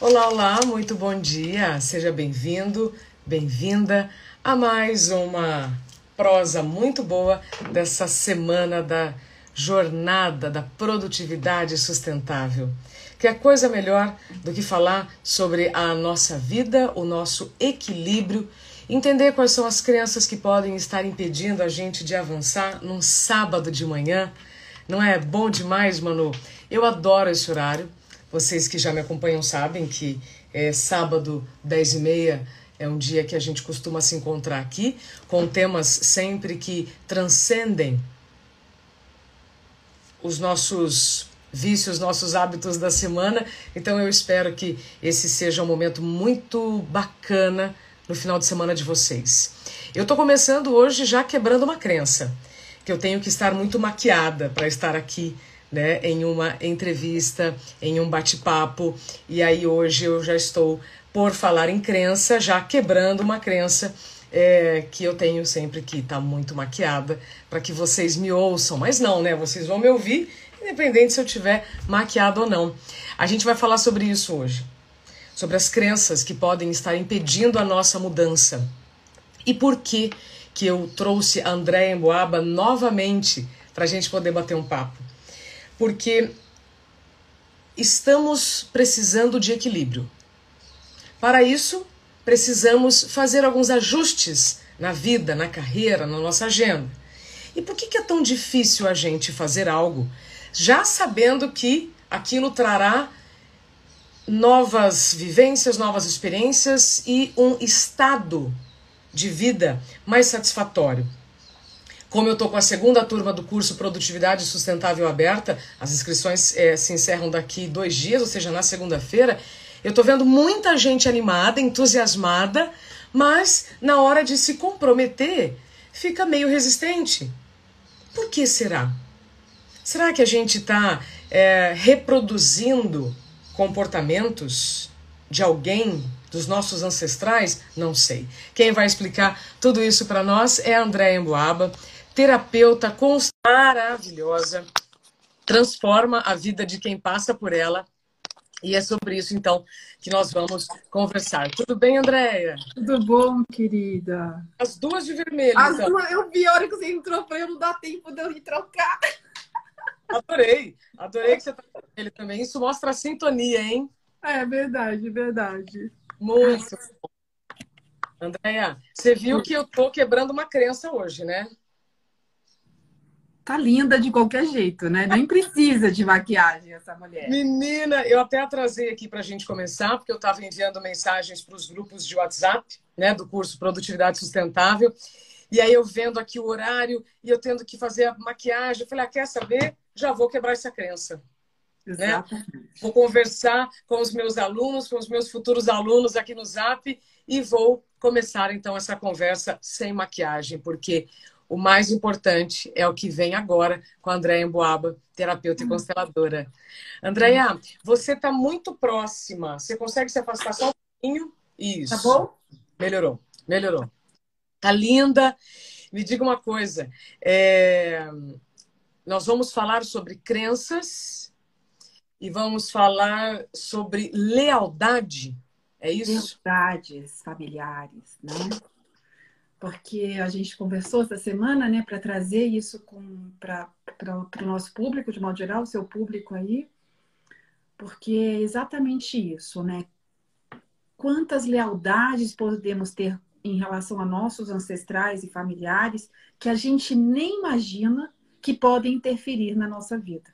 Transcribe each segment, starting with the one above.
Olá, olá, muito bom dia. Seja bem-vindo, bem-vinda a mais uma prosa muito boa dessa semana da jornada da produtividade sustentável. Que é coisa melhor do que falar sobre a nossa vida, o nosso equilíbrio, entender quais são as crenças que podem estar impedindo a gente de avançar num sábado de manhã. Não é bom demais, Manu? Eu adoro esse horário. Vocês que já me acompanham sabem que sábado, 10h30, é um dia que a gente costuma se encontrar aqui, com temas sempre que transcendem os nossos vícios, nossos hábitos da semana. Então eu espero que esse seja um momento muito bacana no final de semana de vocês. Eu estou começando hoje já quebrando uma crença, que eu tenho que estar muito maquiada para estar aqui, né, em uma entrevista, em um bate-papo. E aí hoje eu já estou por falar em crença, já quebrando uma crença que eu tenho sempre que estar muito maquiada para que vocês me ouçam. Mas não, né? Vocês vão me ouvir, independente se eu tiver maquiado ou não. A gente vai falar sobre isso hoje, sobre as crenças que podem estar impedindo a nossa mudança. E por que eu trouxe a Andréa Emboaba novamente para a gente poder bater um papo? Porque estamos precisando de equilíbrio. Para isso, precisamos fazer alguns ajustes na vida, na carreira, na nossa agenda. E por que é tão difícil a gente fazer algo, já sabendo que aquilo trará novas vivências, novas experiências e um estado de vida mais satisfatório? Como eu estou com a segunda turma do curso Produtividade Sustentável aberta, as inscrições se encerram daqui 2 dias, ou seja, na segunda-feira, eu estou vendo muita gente animada, entusiasmada, mas na hora de se comprometer, fica meio resistente. Por que será? Será que a gente está reproduzindo comportamentos de alguém, dos nossos ancestrais? Não sei. Quem vai explicar tudo isso para nós é a Andréa Emboaba, terapeuta maravilhosa, transforma a vida de quem passa por ela. E é sobre isso, então, que nós vamos conversar. Tudo bem, Andréa? Tudo bom, querida? As duas de vermelho, As então. duas, eu vi a hora que você entrou, para eu não dar tempo de eu ir trocar. Adorei que você está com ele também. Isso mostra a sintonia, hein? É verdade, verdade. Muito. Andréa, você viu que eu tô quebrando uma crença hoje, né? Tá linda de qualquer jeito, né? Nem precisa de maquiagem essa mulher. Menina, eu até atrasei aqui para a gente começar, porque eu estava enviando mensagens para os grupos de WhatsApp, né, do curso Produtividade Sustentável. E aí eu vendo aqui o horário e eu tendo que fazer a maquiagem. Eu falei, quer saber? Já vou quebrar essa crença. Né? Vou conversar com os meus alunos, com os meus futuros alunos aqui no Zap e vou começar então essa conversa sem maquiagem, porque o mais importante é o que vem agora com a Andréa Emboaba, terapeuta e consteladora. Andréa, você está muito próxima. Você consegue se afastar só um pouquinho? Isso. Tá bom? Melhorou. Tá linda. Me diga uma coisa. Nós vamos falar sobre crenças e vamos falar sobre lealdade. É isso? Lealdades familiares, né? Porque a gente conversou essa semana, né, para trazer isso para o nosso público, de modo geral, o seu público aí, porque é exatamente isso, né? Quantas lealdades podemos ter em relação a nossos ancestrais e familiares que a gente nem imagina que podem interferir na nossa vida.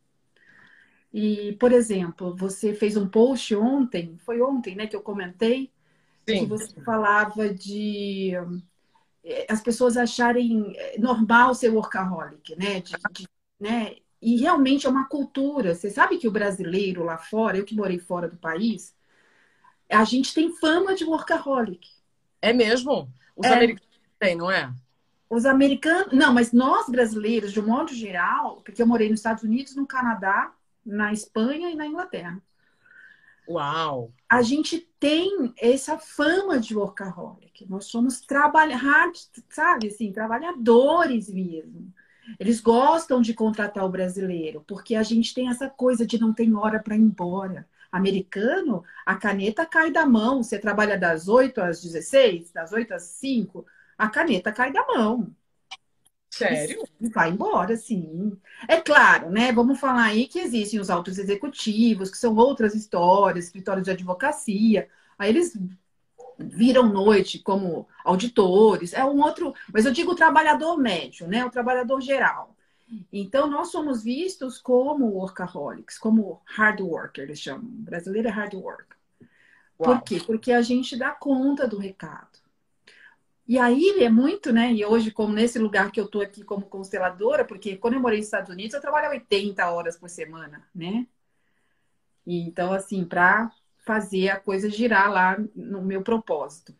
E, por exemplo, você fez um post ontem, foi ontem, né, que eu comentei, Sim. que você falava de as pessoas acharem normal ser workaholic, né? Né? E realmente é uma cultura. Você sabe que o brasileiro lá fora, eu que morei fora do país, a gente tem fama de workaholic. É mesmo? Os americanos têm, não é? Os americanos... Não, mas nós brasileiros, de um modo geral, porque eu morei nos Estados Unidos, no Canadá, na Espanha e na Inglaterra. Uau! A gente tem essa fama de workaholic. Nós somos sabe assim, trabalhadores mesmo. Eles gostam de contratar o brasileiro, porque a gente tem essa coisa de não ter hora para ir embora. Americano, a caneta cai da mão. Você trabalha das 8 às 16, das 8 às 5, a caneta cai da mão. Sério? E vai embora, sim. É claro, né? Vamos falar aí que existem os autos executivos, que são outras histórias, escritórios de advocacia. Aí eles viram noite como auditores, é um outro. Mas eu digo o trabalhador médio, né? O trabalhador geral. Então, nós somos vistos como workaholics, como hard worker, eles chamam. O brasileiro é hard worker. Por Uau. quê? Porque a gente dá conta do recado. E aí é muito, né? E hoje, como nesse lugar que eu tô aqui como consteladora, porque quando eu morei nos Estados Unidos, eu trabalhava 80 horas por semana, né? E então, assim, para fazer a coisa girar lá no meu propósito.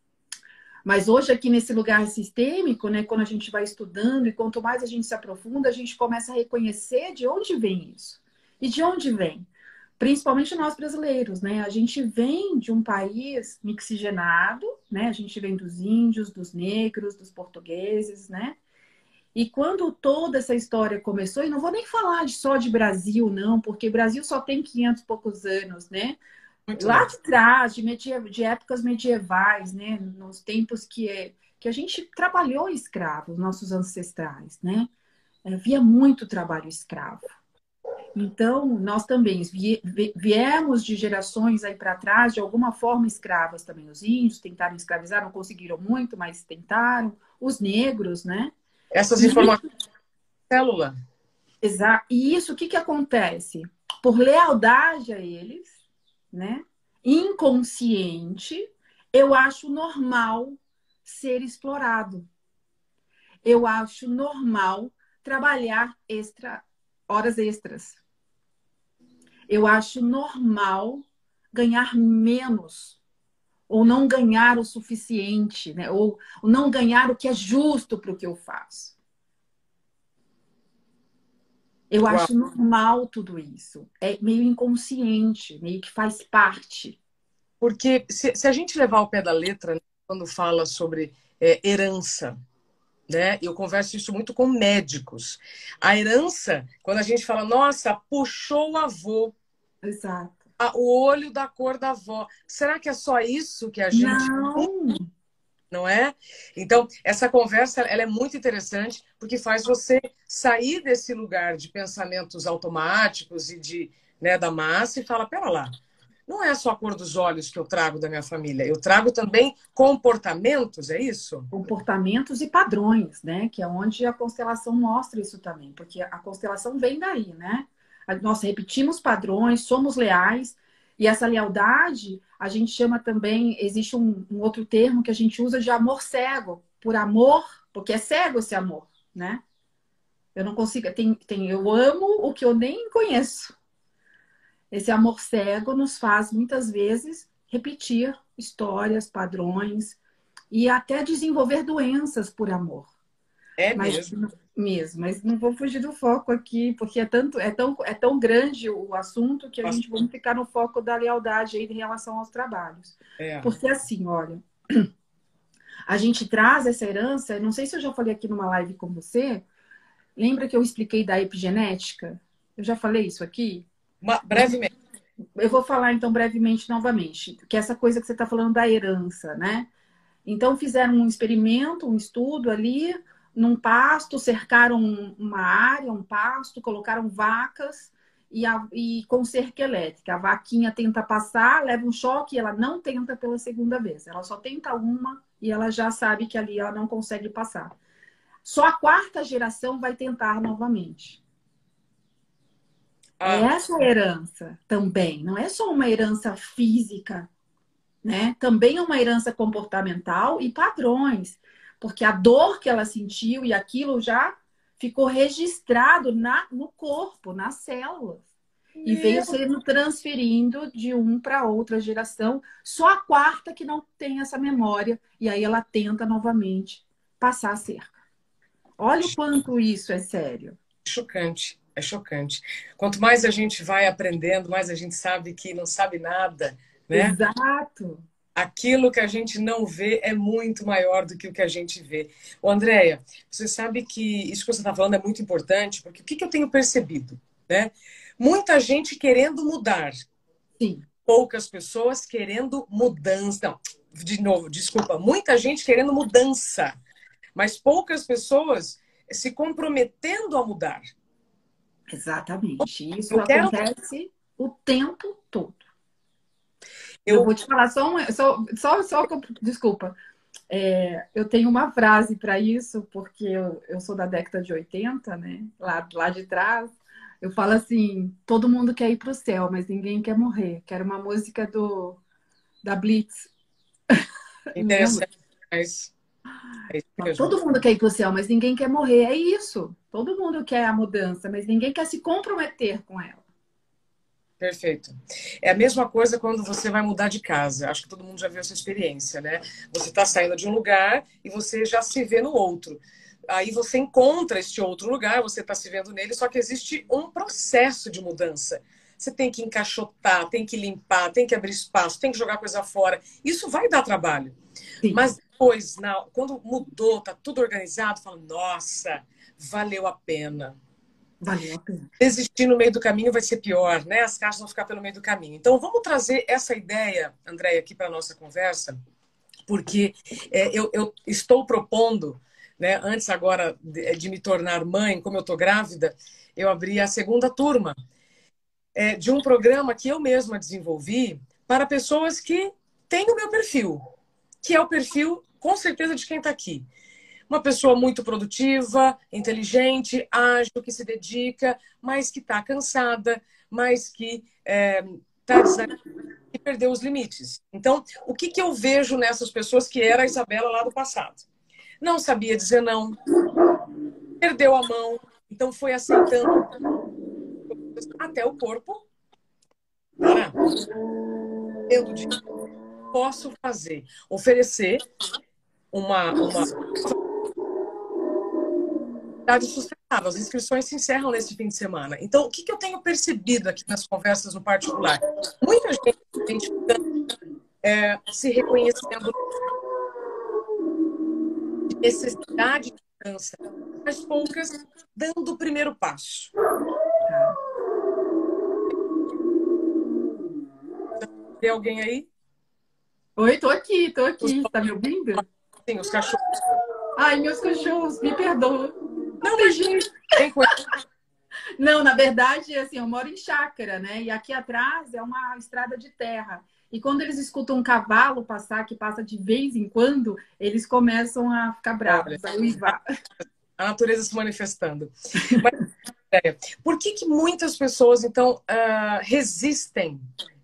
Mas hoje, aqui nesse lugar sistêmico, né? Quando a gente vai estudando e quanto mais a gente se aprofunda, a gente começa a reconhecer de onde vem isso. E de onde vem? Principalmente nós brasileiros, né? A gente vem de um país mixigenado, né? A gente vem dos índios, dos negros, dos portugueses, né? E quando toda essa história começou, e não vou nem falar só de Brasil, não, porque Brasil só tem 500 e poucos anos, né? Muito Lá novo. de trás, de épocas medievais, né? Nos tempos que a gente trabalhou escravos, nossos ancestrais, né? Havia muito trabalho escravo. Então, nós também viemos de gerações aí para trás, de alguma forma escravas também. Os índios tentaram escravizar, não conseguiram muito, mas tentaram. Os negros, né? Essas E, informações da célula. e isso, o que acontece? Por lealdade a eles, né? Inconsciente, eu acho normal ser explorado. Eu acho normal trabalhar horas extras. Eu acho normal ganhar menos, ou não ganhar o suficiente, né? Ou não ganhar o que é justo para o que eu faço. Eu Uau. acho normal tudo isso. É meio inconsciente, meio que faz parte. Porque se a gente levar ao pé da letra, né, quando fala sobre herança, né? Eu converso isso muito com médicos. A herança, quando a gente fala, nossa, puxou o avô, Exato. o olho da cor da avó. Será que é só isso que a gente Não, não é? Então, essa conversa ela é muito interessante porque faz você sair desse lugar de pensamentos automáticos e de, né, da massa e fala, pera lá, não é só a cor dos olhos que eu trago da minha família, eu trago também comportamentos, é isso? comportamentos e padrões, né? Que é onde a constelação mostra isso também, porque a constelação vem daí, né? Nós repetimos padrões, somos leais, e essa lealdade a gente chama também, existe um outro termo que a gente usa de amor cego, por amor, porque é cego esse amor, né? Eu não consigo, eu amo o que eu nem conheço. Esse amor cego nos faz muitas vezes repetir histórias, padrões, e até desenvolver doenças por amor. É Mas mesmo. mesmo, mas não vou fugir do foco aqui, porque é tão grande o assunto que a gente vai ficar no foco da lealdade aí em relação aos trabalhos. É. Porque assim, olha, a gente traz essa herança, não sei se eu já falei aqui numa live com você, lembra que eu expliquei da epigenética? Eu já falei isso aqui? Brevemente. Eu vou falar então brevemente novamente, que é essa coisa que você está falando da herança, né? Então, fizeram um experimento, um estudo ali, num pasto, cercaram uma área, um pasto, colocaram vacas e com cerca elétrica. A vaquinha tenta passar, leva um choque e ela não tenta pela segunda vez. Ela só tenta uma e ela já sabe que ali ela não consegue passar. Só a quarta geração vai tentar novamente. É Ah, essa a herança também. Não é só uma herança física, né? Também é uma herança comportamental e padrões, porque a dor que ela sentiu e aquilo já ficou registrado no corpo, nas células. E veio meu, sendo transferindo de um para outra geração. Só a quarta que não tem essa memória. E aí ela tenta novamente passar a cerca. Olha o quanto isso é sério. chocante. É chocante. Quanto mais a gente vai aprendendo, mais a gente sabe que não sabe nada, né? Exato. Aquilo que a gente não vê é muito maior do que o que a gente vê. Ô, Andréia, você sabe que isso que você está falando é muito importante, porque o que eu tenho percebido, né? Muita gente querendo mudar, Sim, Poucas pessoas querendo mudança. Não, de novo, desculpa. Muita gente querendo mudança, mas poucas pessoas se comprometendo a mudar. exatamente. Isso Eu quero. acontece o tempo todo. Eu Eu, vou te falar desculpa. Eu tenho uma frase para isso, porque eu sou da década de 80, né? Lá de trás. Eu falo assim: todo mundo quer ir para o céu, mas ninguém quer morrer. Quero uma música da Blitz. Lembra? interessante, mas é isso mesmo. Todo mundo quer ir para o céu, mas ninguém quer morrer. É isso. Todo mundo quer a mudança, mas ninguém quer se comprometer com ela. Perfeito. É a mesma coisa quando você vai mudar de casa. Acho que todo mundo já viu essa experiência, né? Você está saindo de um lugar e você já se vê no outro. Aí você encontra este outro lugar, você está se vendo nele, só que existe um processo de mudança. Você tem que encaixotar, tem que limpar, tem que abrir espaço, tem que jogar coisa fora. Isso vai dar trabalho. Sim, Mas depois, quando mudou, tá tudo organizado, fala, nossa, valeu a pena. valeu a pena. Desistir no meio do caminho vai ser pior, né? As caixas vão ficar pelo meio do caminho. Então, vamos trazer essa ideia, Andréia, aqui para a nossa conversa, porque eu estou propondo, né, antes agora de me tornar mãe, como eu estou grávida, eu abri a segunda turma de um programa que eu mesma desenvolvi para pessoas que têm o meu perfil, que é o perfil, com certeza, de quem está aqui. Uma pessoa muito produtiva, inteligente, ágil, que se dedica, mas que está cansada, mas que está desanimada e perdeu os limites. Então, o que, que eu vejo nessas pessoas que era a Isabela lá do passado? Não sabia dizer não, perdeu a mão, então foi aceitando até o corpo. Para, tendo de posso fazer, oferecer uma atividade sustentável. As inscrições se encerram nesse fim de semana. Então, o que, que eu tenho percebido aqui nas conversas no particular? Muita gente identificando, se reconhecendo de necessidade de mudança, mas poucas dando o primeiro passo. Tá. Tem alguém aí? Oi, tô aqui, tô Os, aqui. Tá me ouvindo? sim, os cachorros. Ai, meus cachorros, me perdoa. Não Não, tem mas jeito. tem coisa. Não, na verdade, assim, eu moro em chácara, né? E aqui atrás é uma estrada de terra. E quando eles escutam um cavalo passar, que passa de vez em quando, eles começam a ficar Olha, bravos, a uivar. a natureza se manifestando. Mas, por que, que muitas pessoas, então, resistem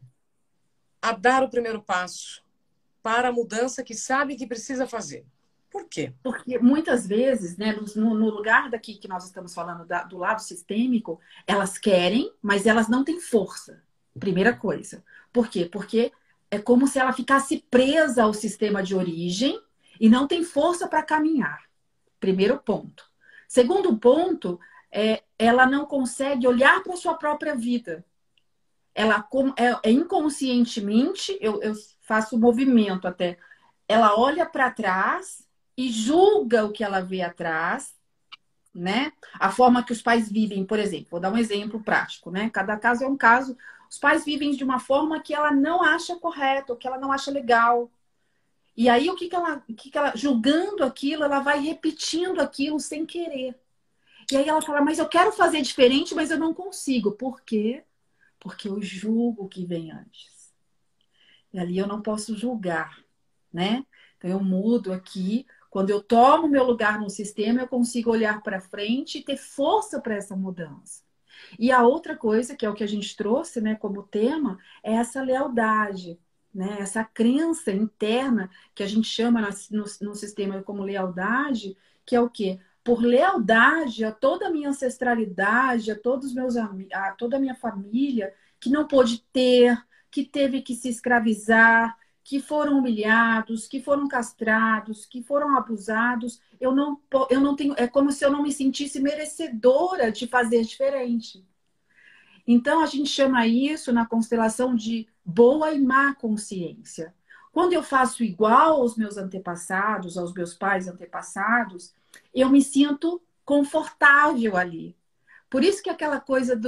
a dar o primeiro passo para a mudança que sabem que precisa fazer? Por quê? Porque muitas vezes, né, no lugar daqui que nós estamos falando do lado sistêmico, elas querem, mas elas não têm força. Primeira coisa. Por quê? Porque é como se ela ficasse presa ao sistema de origem e não tem força para caminhar. Primeiro ponto. Segundo ponto, ela não consegue olhar para a sua própria vida. Ela inconscientemente, eu faço o movimento até. Ela olha para trás e julga o que ela vê atrás, né? A forma que os pais vivem, por exemplo, vou dar um exemplo prático, né? Cada caso é um caso. Os pais vivem de uma forma que ela não acha correta, que ela não acha legal. E aí o que ela julgando aquilo, ela vai repetindo aquilo sem querer. E aí ela fala, mas eu quero fazer diferente, mas eu não consigo. Por quê? Porque eu julgo o que vem antes. E ali eu não posso julgar, né? Então eu mudo aqui. Quando eu tomo meu lugar no sistema, eu consigo olhar para frente e ter força para essa mudança. E a outra coisa, que é o que a gente trouxe, né, como tema, é essa lealdade, né? Essa crença interna que a gente chama no sistema como lealdade, que é o quê? Por lealdade a toda a minha ancestralidade, a todos os meus a toda a minha família, que não pôde ter, que teve que se escravizar, que foram humilhados, que foram castrados, que foram abusados, eu não tenho, é como se eu não me sentisse merecedora de fazer diferente. Então a gente chama isso na constelação de boa e má consciência. Quando eu faço igual aos meus antepassados, aos meus pais antepassados, eu me sinto confortável ali. Por isso que aquela coisa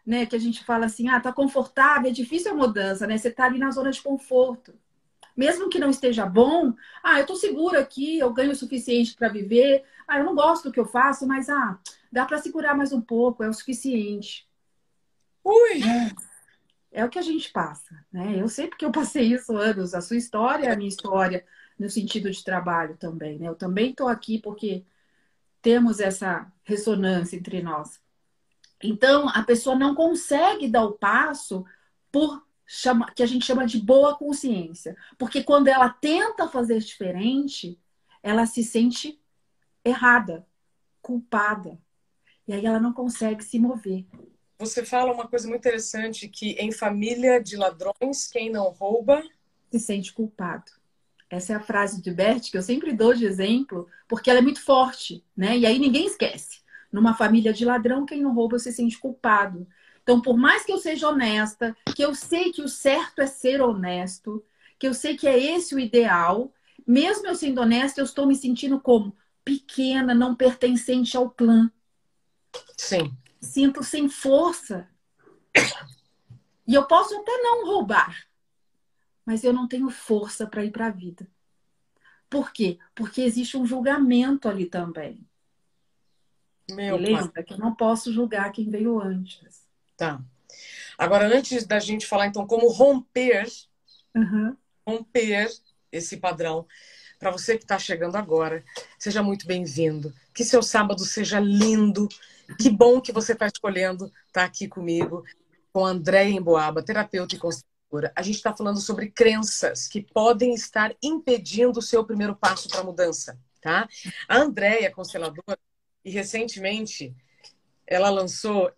né, que a gente fala assim, tá confortável, é difícil a mudança, né? Você tá ali na zona de conforto. Mesmo que não esteja bom, eu tô segura aqui, eu ganho o suficiente para viver. Eu não gosto do que eu faço, mas dá para segurar mais um pouco, é o suficiente. Ui! É o que a gente passa, né? Eu sei porque eu passei isso anos. A sua história é a minha história no sentido de trabalho também, né? Eu também estou aqui porque temos essa ressonância entre nós. Então, a pessoa não consegue dar o passo que a gente chama de boa consciência. Porque quando ela tenta fazer diferente, ela se sente errada, culpada. E aí ela não consegue se mover. Você fala uma coisa muito interessante, que em família de ladrões, quem não rouba... Se sente culpado. Essa é a frase de Bert, que eu sempre dou de exemplo, porque ela é muito forte, né? E aí ninguém esquece. Numa família de ladrão, quem não rouba se sente culpado. Então, por mais que eu seja honesta, que eu sei que o certo é ser honesto, que eu sei que é esse o ideal, mesmo eu sendo honesta, eu estou me sentindo como pequena, não pertencente ao clã. Sim. Sinto sem força. E eu posso até não roubar, mas eu não tenho força para ir para a vida. Por quê? Porque existe um julgamento ali também. E Meu pai. lembra que eu não posso julgar quem veio antes. Tá. Agora, antes da gente falar, então, como Uhum. romper esse padrão, para você que está chegando agora, seja muito bem-vindo. Que seu sábado seja lindo. Que bom que você está escolhendo estar aqui comigo, com a Andréia Emboaba, terapeuta e consteladora. A gente está falando sobre crenças que podem estar impedindo o seu primeiro passo para a mudança, tá? A Andréia é consteladora e recentemente ela lançou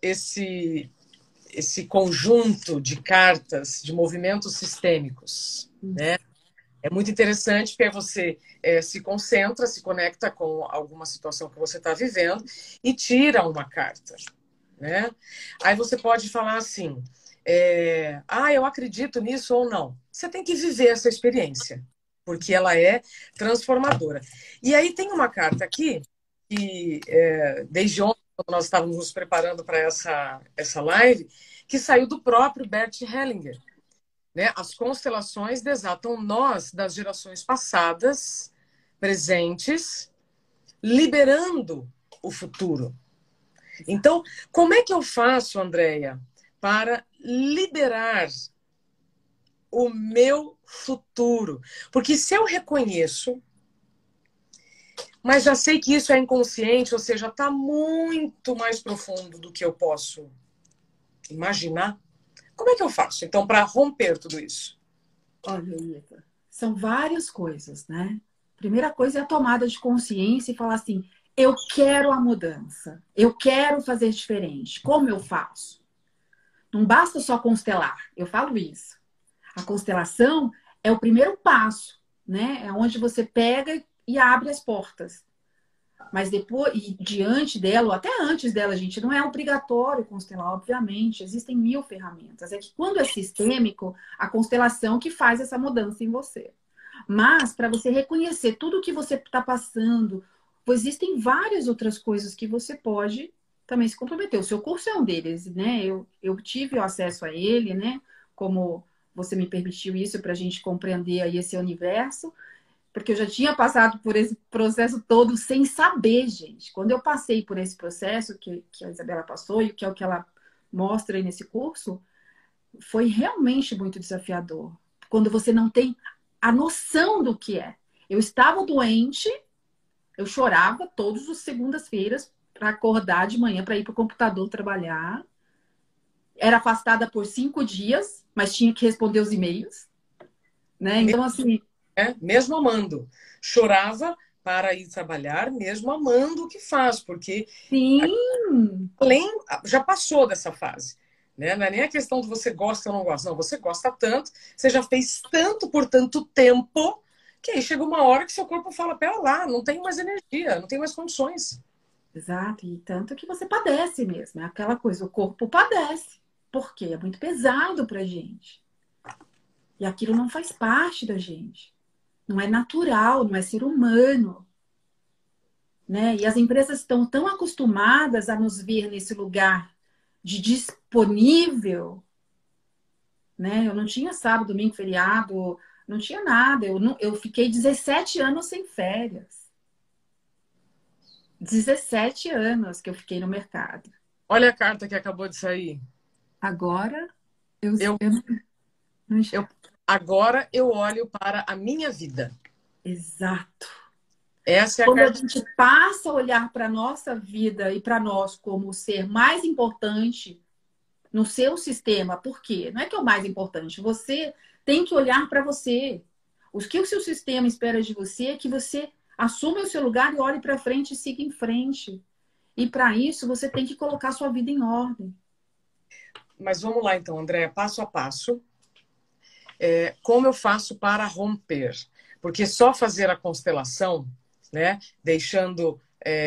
esse conjunto de cartas de movimentos sistêmicos, né? É muito interessante porque você se concentra, se conecta com alguma situação que você está vivendo e tira uma carta, né? Aí você pode falar assim, eu acredito nisso ou não. Você tem que viver essa experiência, porque ela é transformadora. E aí tem uma carta aqui que desde ontem, quando nós estávamos nos preparando para essa live, que saiu do próprio Bert Hellinger, né? As constelações desatam nós das gerações passadas, presentes, liberando o futuro. Então, como é que eu faço, Andréia, para liberar o meu futuro? Porque se eu reconheço, mas já sei que isso é inconsciente, ou seja, está muito mais profundo do que eu posso imaginar, como é que eu faço, então, para romper tudo isso? Olha, Iva, são várias coisas, né? Primeira coisa é a tomada de consciência e falar assim: eu quero a mudança, eu quero fazer diferente. Como eu faço? Não basta só constelar, eu falo isso. A constelação é o primeiro passo, né? É onde você pega e abre as portas. Mas depois, e diante dela, ou até antes dela, gente, não é obrigatório constelar, obviamente. Existem mil ferramentas. É que quando é sistêmico, a constelação que faz essa mudança em você. Mas, para você reconhecer tudo o que você está passando, existem várias outras coisas que você pode também se comprometer. O seu curso é um deles, né? Eu tive o acesso a ele, né? Como você me permitiu isso para a gente compreender aí esse universo. Porque eu já tinha passado por esse processo todo sem saber, gente. Quando eu passei por esse processo que a Isabela passou e que é o que ela mostra aí nesse curso, foi realmente muito desafiador. Quando você não tem a noção do que é. Eu estava doente, eu chorava todas as segundas-feiras para acordar de manhã para ir para o computador trabalhar. Era afastada por 5 dias, mas tinha que responder os e-mails. Né? Então, assim, mesmo amando. Chorava para ir trabalhar, mesmo amando o que faz, porque sim, além, já passou dessa fase. Né? Não é nem a questão de você gosta ou não gosta. Não, você gosta tanto, você já fez tanto por tanto tempo, que aí chega uma hora que seu corpo fala, pera lá, não tenho mais energia, não tenho mais condições. exato, e tanto que você padece mesmo, é aquela coisa, o corpo padece, porque é muito pesado pra gente. E aquilo não faz parte da gente. Não é natural, não é ser humano. Né? E as empresas estão tão acostumadas a nos ver nesse lugar de disponível, né? Eu não tinha sábado, domingo, feriado, não tinha nada. Eu fiquei 17 anos sem férias. 17 anos que eu fiquei no mercado. Olha a carta que acabou de sair. Agora, eu, Eu, eu não eu, enxergo. agora eu olho para a minha vida. Exato. Essa é a Quando a carta. gente passa a olhar para a nossa vida e para nós como o ser mais importante no seu sistema, por quê? Não é que é o mais importante. Você tem que olhar para você. O que o seu sistema espera de você é que você assuma o seu lugar e olhe para frente e siga em frente. E para isso, você tem que colocar sua vida em ordem. Mas vamos lá então, André, passo a passo. Como eu faço para romper? Porque só fazer a constelação, né, deixando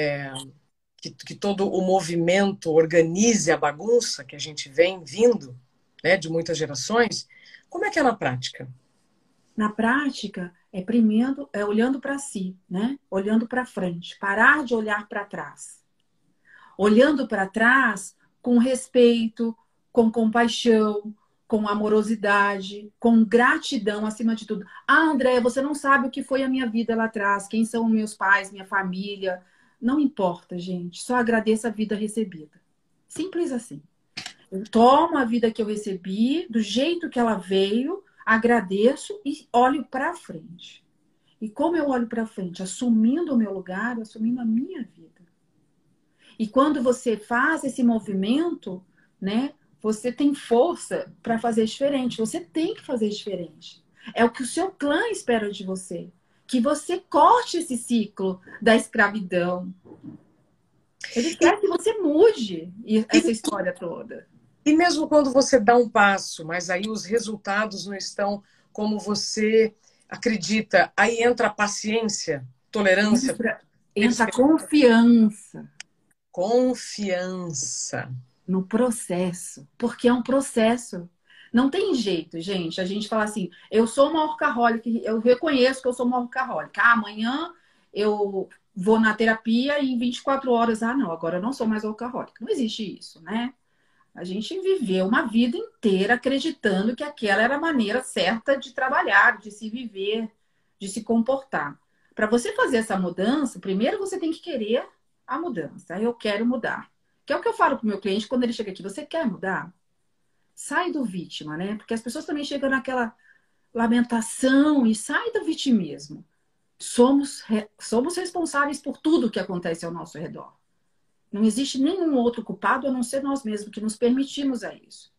que todo o movimento organize a bagunça que a gente vem vindo, né, de muitas gerações, como é que é na prática? Na prática, primeiro olhando para si, né? Olhando para frente, parar de olhar para trás. Olhando para trás com respeito, com compaixão, com amorosidade, com gratidão acima de tudo. Ah, André, você não sabe o que foi a minha vida lá atrás, quem são meus pais, minha família. Não importa, gente. Só agradeça a vida recebida. Simples assim. Eu tomo a vida que eu recebi, do jeito que ela veio, agradeço e olho para frente. E como eu olho para frente? Assumindo o meu lugar, assumindo a minha vida. E quando você faz esse movimento, né, você tem força para fazer diferente. Você tem que fazer diferente. É o que o seu clã espera de você. Que você corte esse ciclo da escravidão. Eles querem que você mude essa história toda. E mesmo quando você dá um passo, mas aí os resultados não estão como você acredita, aí entra a paciência, tolerância, Entra a confiança. confiança. No processo, porque é um processo. Não tem jeito, gente. A gente fala assim, eu sou uma workaholic, eu reconheço que eu sou uma workaholic. Ah, amanhã eu vou na terapia e em 24 horas, não, agora eu não sou mais workaholic. Não existe isso, né? A gente viveu uma vida inteira acreditando que aquela era a maneira certa de trabalhar, de se viver, de se comportar. Para você fazer essa mudança, primeiro você tem que querer a mudança. Eu quero mudar. Que é o que eu falo para o meu cliente quando ele chega aqui. Você quer mudar? Sai do vítima, né? Porque as pessoas também chegam naquela lamentação e sai do vitimismo. Somos responsáveis por tudo que acontece ao nosso redor. Não existe nenhum outro culpado a não ser nós mesmos que nos permitimos a isso.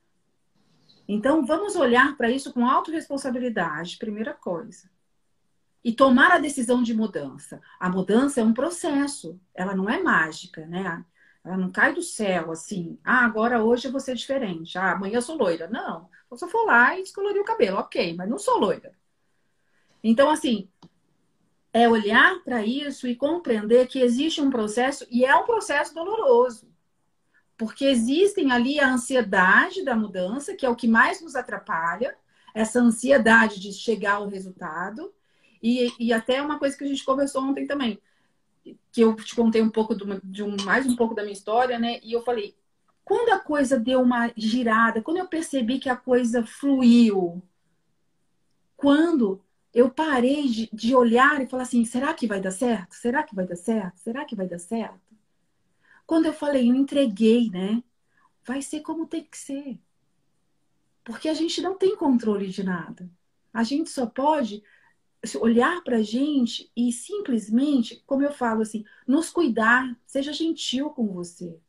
Então, vamos olhar para isso com autorresponsabilidade, primeira coisa. E tomar a decisão de mudança. A mudança é um processo, ela não é mágica, né? Ela não cai do céu assim. Ah, agora hoje eu vou ser diferente. Ah, amanhã eu sou loira. Não. Eu só for lá e descolorir o cabelo, ok, mas não sou loira. Então, assim, é olhar para isso e compreender que existe um processo, e é um processo doloroso. Porque existem ali a ansiedade da mudança, que é o que mais nos atrapalha, essa ansiedade de chegar ao resultado. E até uma coisa que a gente conversou ontem também, que eu te contei um pouco mais um pouco da minha história, né? E eu falei, quando a coisa deu uma girada, quando eu percebi que a coisa fluiu, quando eu parei de olhar e falar assim, será que vai dar certo? Será que vai dar certo? Será que vai dar certo? Quando eu falei, eu entreguei, né? Vai ser como tem que ser. Porque a gente não tem controle de nada. A gente só pode olhar para a gente e simplesmente, como eu falo assim, nos cuidar, seja gentil com você.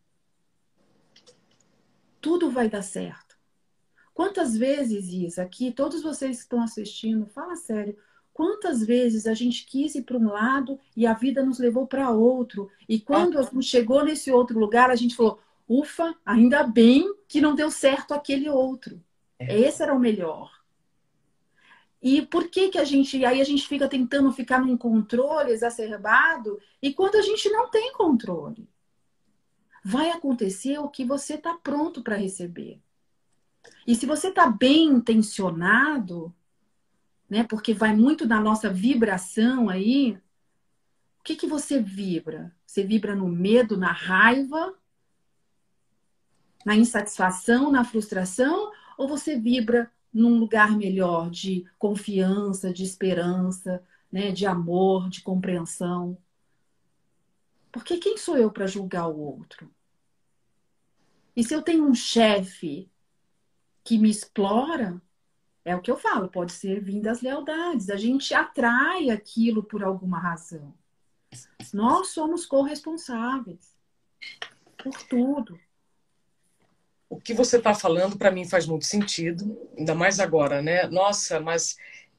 Tudo vai dar certo. Quantas vezes, Isa, aqui, todos vocês que estão assistindo, fala sério, quantas vezes a gente quis ir para um lado e a vida nos levou para outro. E quando a gente chegou nesse outro lugar, a gente falou, ufa, ainda bem que não deu certo aquele outro. Esse era o melhor. E por que aí a gente fica tentando ficar num controle exacerbado e quando a gente não tem controle? Vai acontecer o que você está pronto para receber. E se você está bem intencionado, né, porque vai muito da nossa vibração aí, o que você vibra? Você vibra no medo, na raiva na insatisfação, na frustração, ou você vibra num lugar melhor de confiança, de esperança, né, de amor, de compreensão? Porque quem sou eu para julgar o outro? E se eu tenho um chefe que me explora, é o que eu falo, pode ser vindo das lealdades. A gente atrai aquilo por alguma razão. Nós somos corresponsáveis por tudo. O que você está falando, para mim, faz muito sentido, ainda mais agora, né? Nossa, mas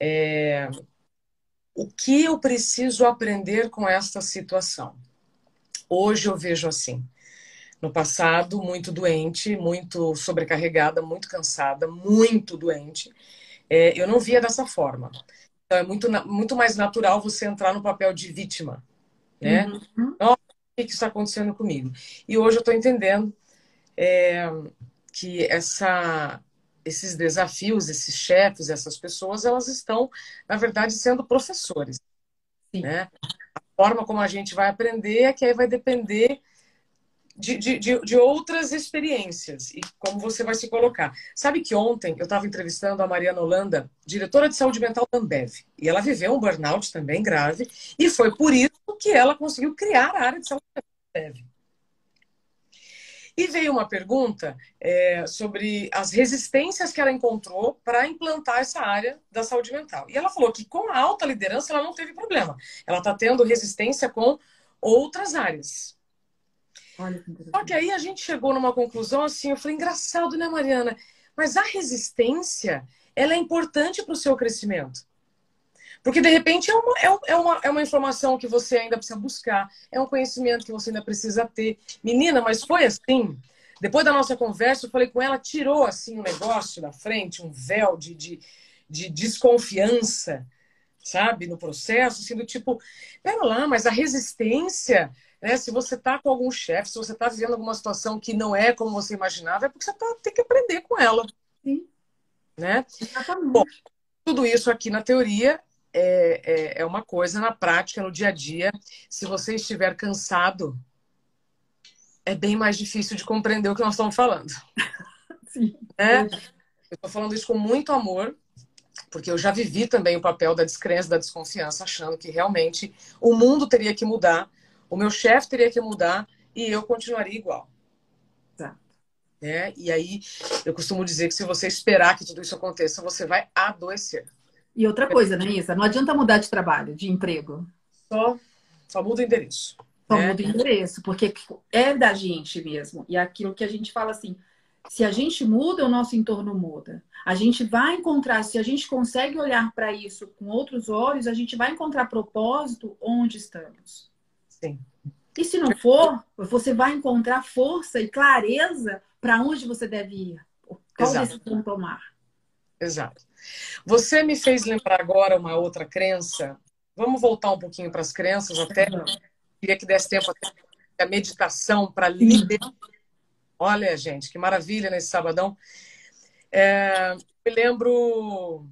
o que eu preciso aprender com esta situação? Hoje eu vejo assim. No passado, muito doente, muito sobrecarregada, muito cansada, muito doente. Eu não via dessa forma. Então, é muito mais natural você entrar no papel de vítima, né? Uhum. Nossa, o que está acontecendo comigo? E hoje eu estou entendendo que esses desafios, esses chefes, essas pessoas, elas estão, na verdade, sendo professores, Sim. né? A forma como a gente vai aprender é que aí vai depender de outras experiências e como você vai se colocar. Sabe que ontem eu estava entrevistando a Mariana Holanda, diretora de saúde mental da Ambev, e ela viveu um burnout também grave, e foi por isso que ela conseguiu criar a área de saúde mental da Ambev. E veio uma pergunta sobre as resistências que ela encontrou para implantar essa área da saúde mental. E ela falou que com a alta liderança ela não teve problema. Ela está tendo resistência com outras áreas. Olha que Só que interessante. aí a gente chegou numa conclusão assim, eu falei, engraçado, né, Mariana? Mas a resistência, ela é importante para o seu crescimento. Porque, de repente, é uma informação que você ainda precisa buscar, é um conhecimento que você ainda precisa ter. Menina, mas foi assim. Depois da nossa conversa, eu falei com ela, tirou assim um negócio da frente, um véu de desconfiança, sabe, no processo, assim, do tipo, pera lá, mas a resistência, né, se você tá com algum chefe, se você tá vivendo alguma situação que não é como você imaginava, é porque você tem que aprender com ela, Sim, né? Bom, exatamente. tudo isso aqui na teoria é uma coisa, na prática, no dia a dia, se você estiver cansado, é bem mais difícil de compreender o que nós estamos falando, Sim, né? verdade. Eu estou falando isso com muito amor, porque eu já vivi também o papel da descrença, da desconfiança, achando que realmente o mundo teria que mudar, o meu chefe teria que mudar e eu continuaria igual. Exato. Né? E aí eu costumo dizer que se você esperar que tudo isso aconteça, você vai adoecer. E outra coisa, né, Isa? Não adianta mudar de trabalho, de emprego. Só, só muda o endereço. Só Né? muda o endereço, porque é da gente mesmo. E é aquilo que a gente fala assim, se a gente muda, o nosso entorno muda. A gente vai encontrar, se a gente consegue olhar para isso com outros olhos, a gente vai encontrar propósito onde estamos. Sim. E se não for, você vai encontrar força e clareza para onde você deve ir, qual Exato, decisão tomar. exato. Você me fez lembrar agora uma outra crença. Vamos voltar um pouquinho para as crenças, até queria que desse tempo até a meditação para Sim. liberar. Olha, gente, que maravilha nesse sabadão. Me lembro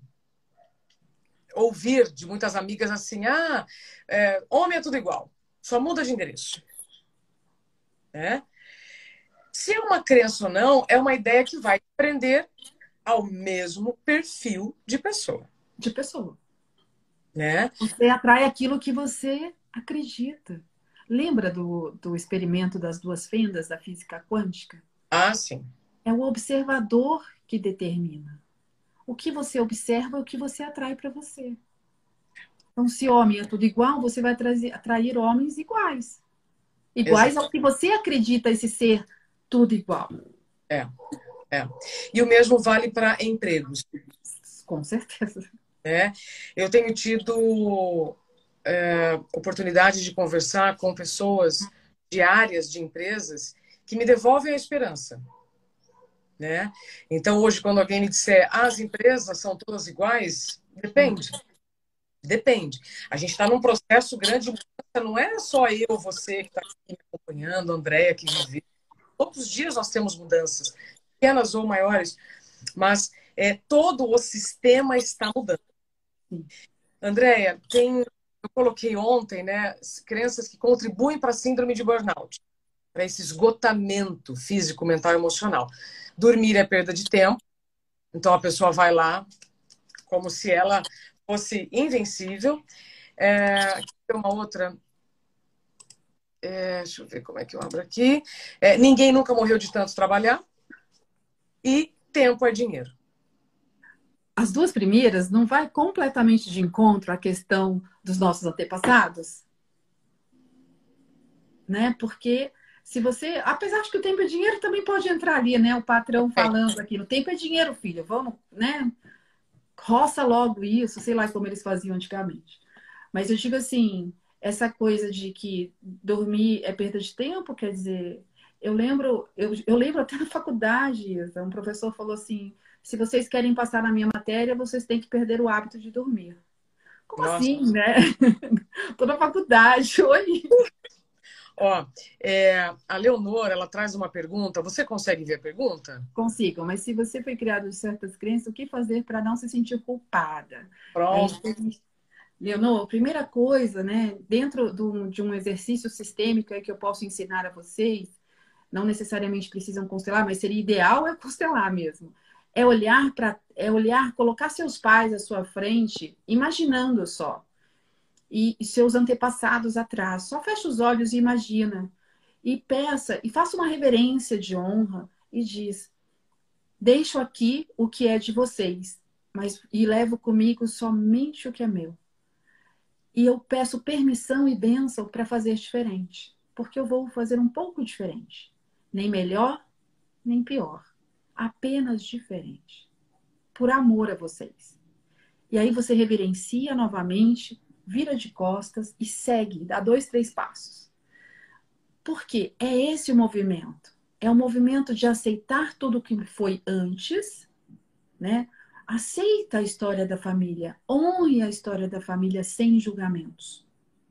ouvir de muitas amigas assim: homem é tudo igual, só muda de endereço. Né? Se é uma crença ou não, é uma ideia que vai prender ao mesmo perfil de pessoa. De pessoa. Né? Você atrai aquilo que você acredita. Lembra do experimento das duas fendas da física quântica? Ah, sim. É o observador que determina. O que você observa é o que você atrai para você. Então, se homem é tudo igual, você vai atrair homens iguais. Exato. Iguais ao que você acredita esse ser tudo igual. É, é. E o mesmo vale para empregos. Com certeza. Né? Eu tenho tido oportunidade de conversar com pessoas de áreas de empresas que me devolvem a esperança. Né? Então, hoje, quando alguém me disser as empresas são todas iguais, depende. Depende. A gente está num processo grande de mudança, não é só eu, você que está aqui me acompanhando, Andréia que vive. Todos os dias nós temos mudanças, pequenas ou maiores, mas todo o sistema está mudando. Andréia, eu coloquei ontem, né, crenças que contribuem para a síndrome de burnout. para esse esgotamento físico, mental e emocional. Dormir é perda de tempo, então a pessoa vai lá como se ela fosse invencível. Tem uma outra. Deixa eu ver como é que eu abro aqui. Ninguém nunca morreu de tanto trabalhar. E tempo é dinheiro. As duas primeiras não vai completamente de encontro à questão dos nossos antepassados? Né? Porque se você, apesar de que o tempo é dinheiro, também pode entrar ali, né? O patrão falando aqui, o tempo é dinheiro, filho, vamos, né? Roça logo isso, sei lá como eles faziam antigamente. Mas eu digo assim, essa coisa de que dormir é perda de tempo, quer dizer, eu lembro até na faculdade, um professor falou assim, se vocês querem passar na minha matéria, vocês têm que perder o hábito de dormir. Como Nossa. assim, né? Tô na faculdade, oi. Ó, a Leonor, ela traz uma pergunta. Você consegue ver a pergunta? Consigo, mas se você foi criado de certas crenças, o que fazer para não se sentir culpada? Pronto. Leonor, primeira coisa, né, dentro de um exercício sistêmico aí que eu posso ensinar a vocês, não necessariamente precisam constelar, mas seria ideal constelar mesmo. É olhar, colocar seus pais à sua frente, imaginando só, e seus antepassados atrás. Só fecha os olhos e imagina. E peça, e faça uma reverência de honra e diz: deixo aqui o que é de vocês, e levo comigo somente o que é meu. E eu peço permissão e bênção para fazer diferente, porque eu vou fazer um pouco diferente. Nem melhor, nem pior. Apenas diferente. Por amor a vocês. E aí você reverencia novamente, vira de costas e segue, dá 2, 3 passos. Porque é esse o movimento. É o movimento de aceitar tudo o que foi antes, né? Aceita a história da família, honre a história da família sem julgamentos.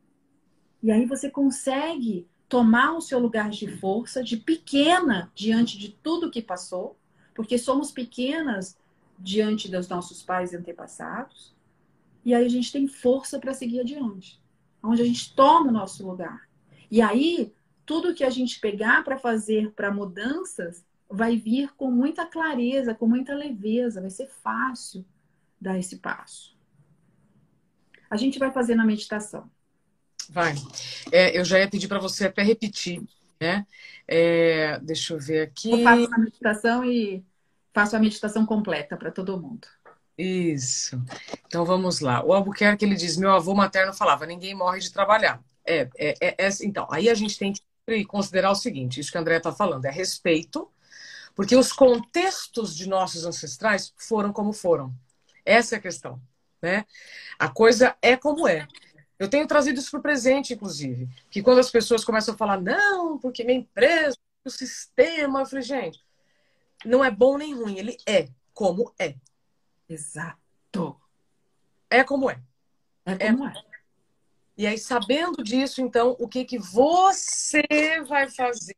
E aí você consegue tomar o seu lugar de força, de pequena diante de tudo que passou, porque somos pequenas diante dos nossos pais e antepassados. E aí a gente tem força para seguir adiante, onde a gente toma o nosso lugar. E aí tudo que a gente pegar para fazer para mudanças vai vir com muita clareza, com muita leveza, vai ser fácil dar esse passo. A gente vai fazer na meditação. Vai. Eu já ia pedir para você até repetir, né? Deixa eu ver aqui. Eu faço a meditação e faço a meditação completa para todo mundo. Isso. Então vamos lá. O Albuquerque, ele diz: meu avô materno falava, ninguém morre de trabalhar. Então, aí a gente tem que considerar o seguinte: isso que a Andrea está falando é respeito, porque os contextos de nossos ancestrais foram como foram. Essa é a questão, né? A coisa é como é. Eu tenho trazido isso para o presente, inclusive. Que quando as pessoas começam a falar, não, porque minha empresa, o sistema, eu falei, gente, não é bom nem ruim, ele é como é. Exato. É como é. É como é. E aí, sabendo disso, então, o que que você vai fazer?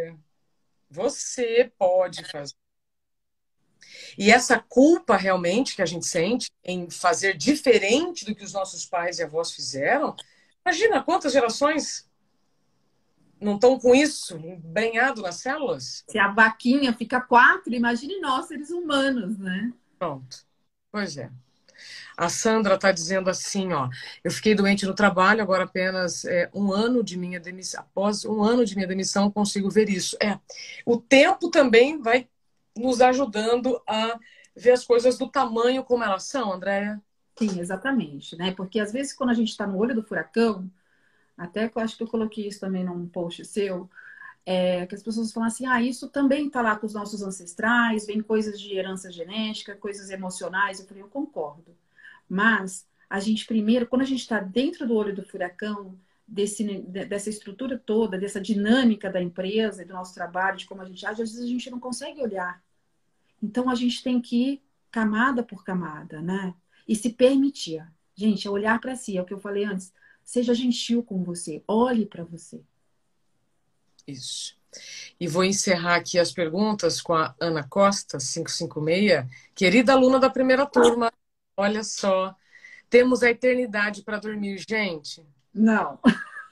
Você pode fazer. E essa culpa realmente que a gente sente em fazer diferente do que os nossos pais e avós fizeram, imagina quantas gerações não estão com isso embrenhado nas células? Se a vaquinha fica 4, imagine nós, seres humanos, né? Pronto. Pois é. A Sandra está dizendo assim, ó, eu fiquei doente no trabalho, agora apenas um ano de minha demissão, após um ano de minha demissão, consigo ver isso. O tempo também vai nos ajudando a ver as coisas do tamanho como elas são, Andréia. Sim, exatamente, né? Porque às vezes quando a gente está no olho do furacão, até que eu acho que eu coloquei isso também num post seu, que as pessoas falam assim, isso também está lá com os nossos ancestrais, vem coisas de herança genética, coisas emocionais. Eu falei, eu concordo. Mas a gente primeiro, quando a gente está dentro do olho do furacão, dessa estrutura toda, dessa dinâmica da empresa e do nosso trabalho, de como a gente age, às vezes a gente não consegue olhar. Então a gente tem que ir camada por camada, né? E se permitir. Gente, é olhar para si, é o que eu falei antes. Seja gentil com você, olhe para você. Isso. E vou encerrar aqui as perguntas com a Ana Costa, 556, querida aluna da primeira turma. Olha só, temos a eternidade para dormir, gente. Não.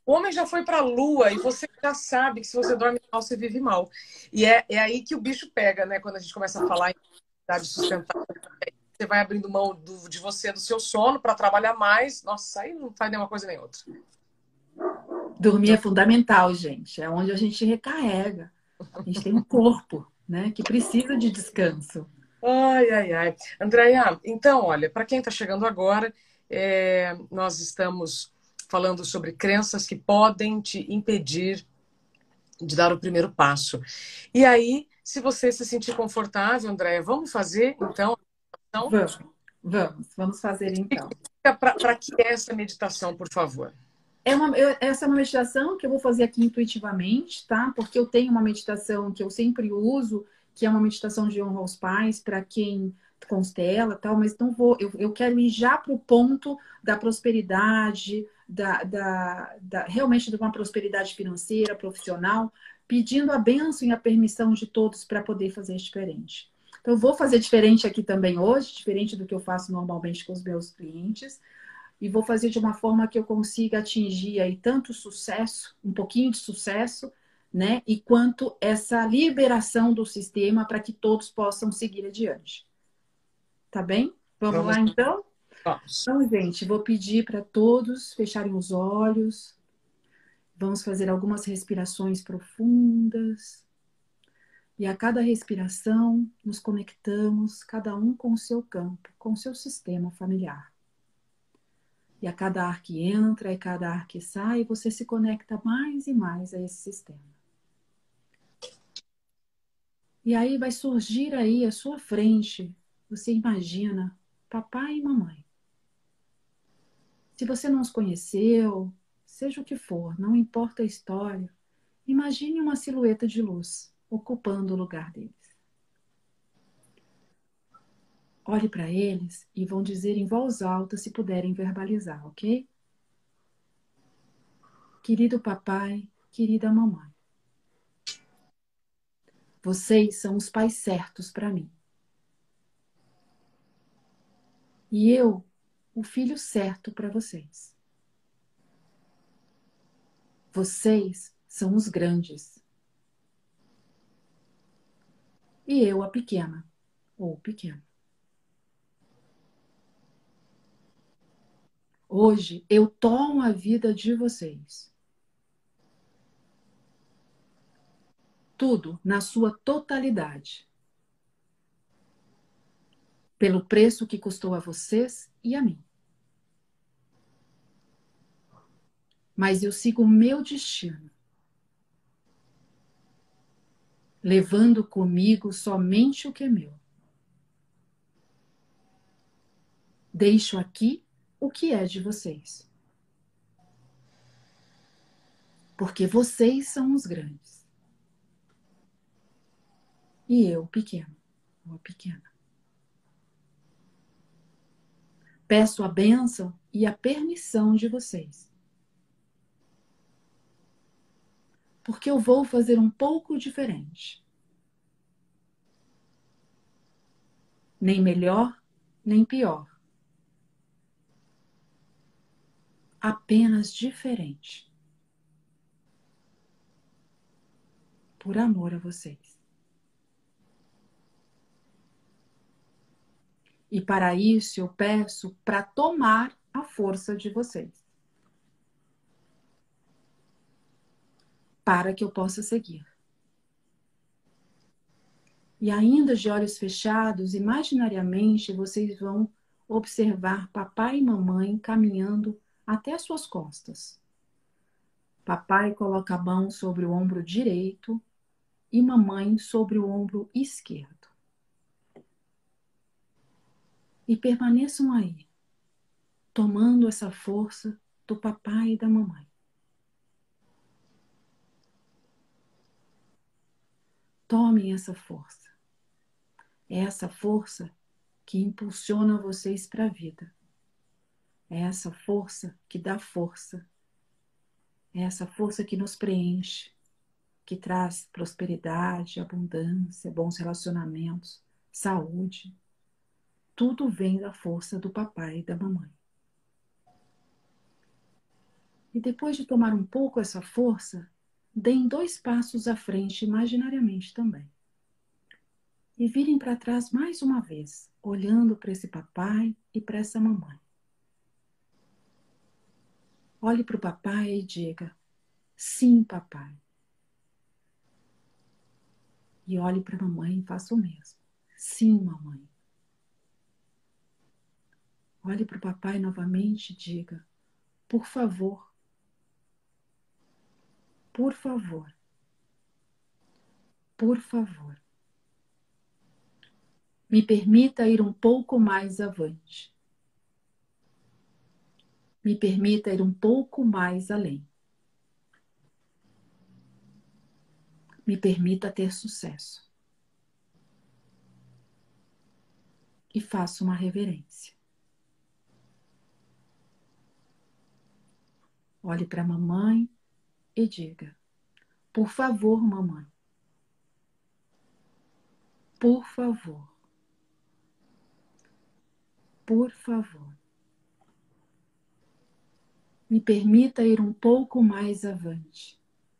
O homem já foi para a lua e você já sabe que se você dorme mal, você vive mal. E é aí que o bicho pega, né? Quando a gente começa a falar em atividade sustentável, você vai abrindo mão de você, do seu sono, para trabalhar mais. Nossa, aí não faz nenhuma coisa nem outra. Dormir é fundamental, gente. É onde a gente recarrega. A gente tem um corpo, né, que precisa de descanso. Ai, ai, ai. Andréia, então, olha, para quem está chegando agora, nós estamos falando sobre crenças que podem te impedir de dar o primeiro passo. E aí, se você se sentir confortável, Andréia, vamos fazer, então, Vamos fazer então. para que é essa meditação, por favor? Essa é uma meditação que eu vou fazer aqui intuitivamente, tá? Porque eu tenho uma meditação que eu sempre uso, que é uma meditação de honra aos pais, para quem constela e tal, mas não vou, eu quero ir já para o ponto da prosperidade, realmente de uma prosperidade financeira, profissional, pedindo a bênção e a permissão de todos para poder fazer diferente. Então, eu vou fazer diferente aqui também hoje, diferente do que eu faço normalmente com os meus clientes, e vou fazer de uma forma que eu consiga atingir aí tanto sucesso, um pouquinho de sucesso, né? E quanto essa liberação do sistema para que todos possam seguir adiante. Tá bem? Vamos lá então? Vamos. Então, gente, vou pedir para todos fecharem os olhos. Vamos fazer algumas respirações profundas. E a cada respiração, nos conectamos, cada um com o seu campo, com o seu sistema familiar. E a cada ar que entra e cada ar que sai, você se conecta mais e mais a esse sistema. E aí vai surgir aí à sua frente, você imagina, papai e mamãe. Se você não os conheceu, seja o que for, não importa a história, imagine uma silhueta de luz ocupando o lugar deles. Olhe para eles e vão dizer em voz alta se puderem verbalizar, ok? Querido papai, querida mamãe. Vocês são os pais certos para mim. E eu, o filho certo para vocês. Vocês são os grandes. E eu, a pequena, ou o pequeno. Hoje eu tomo a vida de vocês. Tudo na sua totalidade. Pelo preço que custou a vocês e a mim. Mas eu sigo o meu destino. Levando comigo somente o que é meu. Deixo aqui o que é de vocês. Porque vocês são os grandes. E eu, pequeno, ou a pequena. Peço a bênção e a permissão de vocês. Porque eu vou fazer um pouco diferente. Nem melhor, nem pior. Apenas diferente. Por amor a vocês. E para isso eu peço para tomar a força de vocês. Para que eu possa seguir. E ainda de olhos fechados, imaginariamente vocês vão observar papai e mamãe caminhando até as suas costas. Papai coloca a mão sobre o ombro direito e mamãe sobre o ombro esquerdo. E permaneçam aí, tomando essa força do papai e da mamãe. Tomem essa força. É essa força que impulsiona vocês para a vida. É essa força que dá força. É essa força que nos preenche, que traz prosperidade, abundância, bons relacionamentos, saúde. Tudo vem da força do papai e da mamãe. E depois de tomar um pouco essa força, deem 2 passos à frente imaginariamente também. E virem para trás mais uma vez, olhando para esse papai e para essa mamãe. Olhe para o papai e diga: sim, papai. E olhe para a mamãe e faça o mesmo. Sim, mamãe. Olhe para o papai novamente e diga: por favor, por favor, por favor. Me permita ir um pouco mais avante. Me permita ir um pouco mais além. Me permita ter sucesso. E faça uma reverência. Olhe para a mamãe e diga: por favor, mamãe. Por favor. Por favor. Me permita ir um pouco mais avante.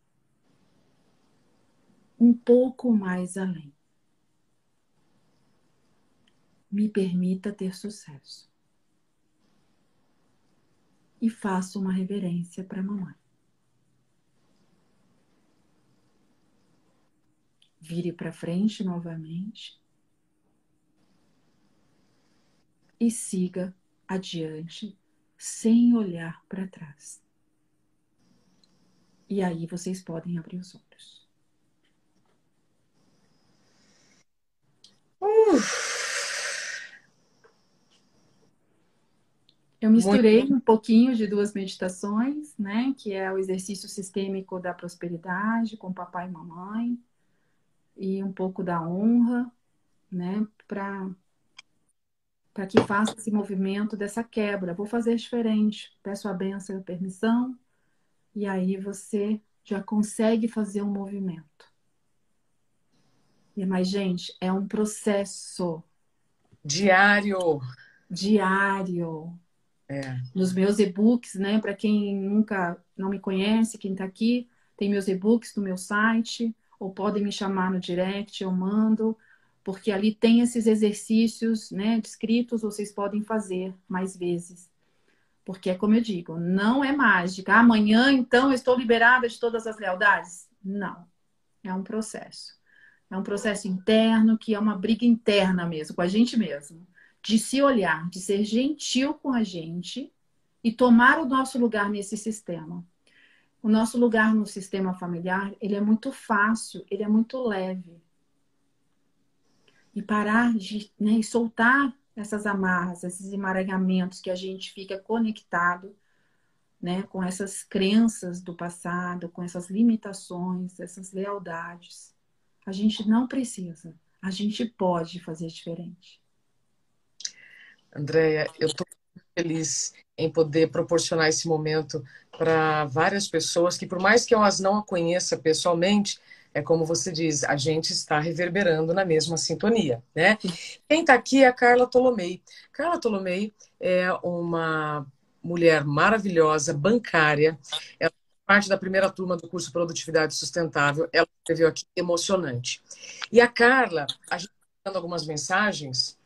Um pouco mais além. Me permita ter sucesso. E faça uma reverência para a mamãe. Vire para frente novamente. E siga adiante, sem olhar para trás. E aí vocês podem abrir os olhos. Eu misturei um pouquinho de 2 meditações, né? Que é o exercício sistêmico da prosperidade com papai e mamãe. E um pouco da honra, né? Para que faça esse movimento dessa quebra. Vou fazer diferente. Peço a bênção e a permissão. E aí você já consegue fazer um movimento. Mas, gente, é um processo Diário. diário. É. Nos meus e-books, né? Para quem nunca não me conhece, quem está aqui, tem meus e-books no meu site, ou podem me chamar no direct, eu mando, porque ali tem esses exercícios, né, descritos, vocês podem fazer mais vezes. Porque é como eu digo, não é mágica. Amanhã, então, eu estou liberada de todas as lealdades? Não. É um processo. É um processo interno, que é uma briga interna mesmo, com a gente mesmo. De se olhar, de ser gentil com a gente e tomar o nosso lugar nesse sistema. O nosso lugar no sistema familiar, ele é muito fácil, ele é muito leve. E parar de, né, e soltar essas amarras, esses emaranhamentos que a gente fica conectado, né, com essas crenças do passado, com essas limitações, essas lealdades. A gente não precisa, a gente pode fazer diferente. Andréia, eu estou feliz em poder proporcionar esse momento para várias pessoas que, por mais que eu as não conheça pessoalmente, é como você diz, a gente está reverberando na mesma sintonia, né? Quem está aqui é a Carla Tolomei. Carla Tolomei é uma mulher maravilhosa, bancária. Ela é parte da primeira turma do curso Produtividade Sustentável. Ela escreveu aqui emocionante. E a Carla, a gente está dando algumas mensagens,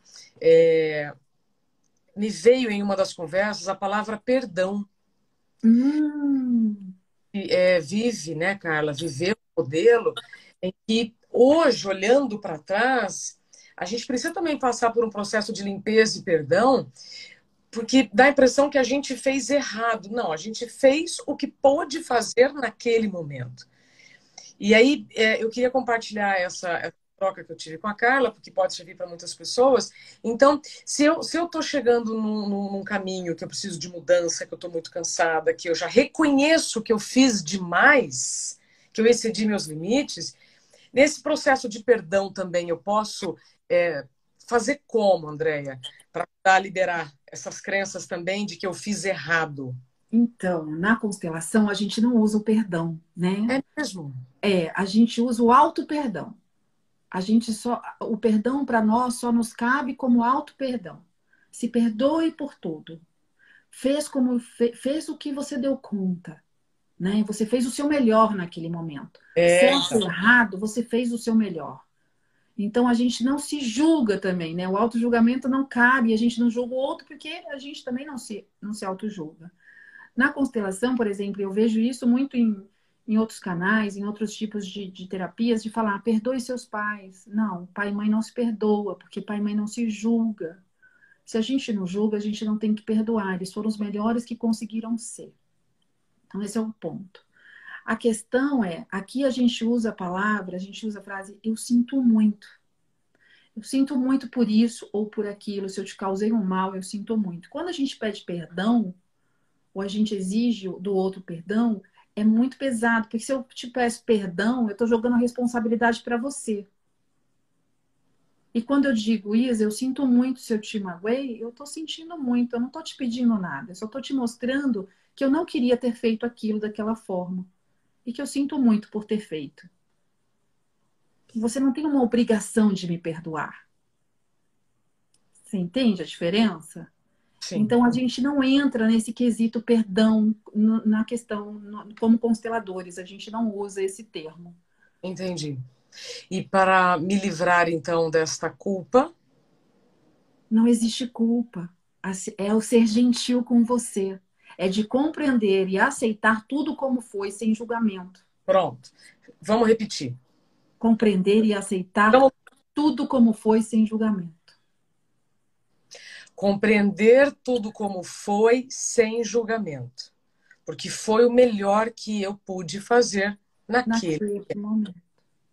me veio em uma das conversas a palavra perdão. Vive, né, Carla, viveu um modelo em que hoje, olhando para trás, a gente precisa também passar por um processo de limpeza e perdão, porque dá a impressão que a gente fez errado. Não, a gente fez o que pôde fazer naquele momento. E aí eu queria compartilhar essa troca que eu tive com a Carla, porque pode servir para muitas pessoas. Então, se eu estou chegando num caminho que eu preciso de mudança, que eu estou muito cansada, que eu já reconheço que eu fiz demais, que eu excedi meus limites, nesse processo de perdão também eu posso fazer como, Andréia, para liberar essas crenças também de que eu fiz errado? Então, na constelação, a gente não usa o perdão, né? É mesmo? A gente usa o auto-perdão. O perdão para nós só nos cabe como auto-perdão. Se perdoe por tudo. fez o que você deu conta, né? Você fez o seu melhor naquele momento. Certo ou Então, errado, você fez o seu melhor. Então a gente não se julga também, né? O auto-julgamento não cabe, a gente não julga o outro porque a gente também não se auto-julga. Na constelação, por exemplo, eu vejo isso muito em outros canais, em outros tipos de terapias, de falar, perdoe seus pais. Não, pai e mãe não se perdoa, porque pai e mãe não se julga. Se a gente não julga, a gente não tem que perdoar. Eles foram os melhores que conseguiram ser. Então, esse é o ponto. A questão é, aqui a gente usa a palavra, a gente usa a frase, eu sinto muito. Eu sinto muito por isso ou por aquilo. Se eu te causei um mal, eu sinto muito. Quando a gente pede perdão, ou a gente exige do outro perdão, é muito pesado, porque se eu te peço perdão, eu estou jogando a responsabilidade para você. E quando eu digo, Isa, eu sinto muito se eu te magoei, eu estou sentindo muito, eu não estou te pedindo nada, eu só estou te mostrando que eu não queria ter feito aquilo daquela forma. E que eu sinto muito por ter feito. Você não tem uma obrigação de me perdoar. Você entende a diferença? sim, Então a gente não entra nesse quesito perdão na questão, como consteladores, a gente não usa esse termo. entendi. E para me livrar, então, desta culpa, Não existe culpa. É o ser gentil com você. É de compreender e aceitar tudo como foi, sem julgamento. pronto. Vamos repetir. Compreender e aceitar Vamos tudo como foi, sem julgamento. compreender tudo como foi, sem julgamento. Porque foi o melhor que eu pude fazer naquele. Naquele momento.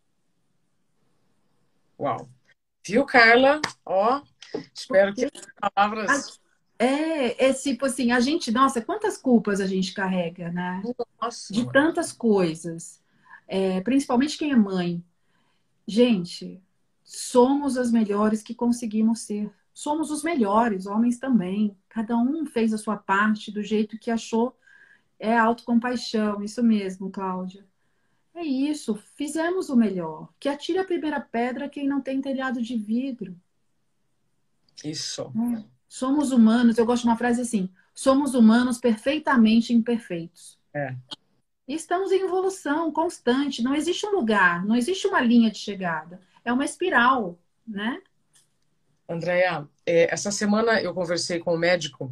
Uau. Viu, Carla? Ó, espero que Porque as palavras. é tipo assim, a gente, nossa, quantas culpas a gente carrega, né? Nossa, De mãe. tantas coisas. Principalmente quem é mãe. Gente, somos as melhores que conseguimos ser. Somos os melhores, homens também. Cada um fez a sua parte do jeito que achou. É autocompaixão, isso mesmo, Cláudia. É isso, fizemos o melhor. Que atire a primeira pedra quem não tem telhado de vidro. Isso. Né? Somos humanos, eu gosto de uma frase assim: somos humanos perfeitamente imperfeitos. É. E estamos em evolução constante. Não existe um lugar, não existe uma linha de chegada. É uma espiral, né? Andréa, essa semana eu conversei com um médico,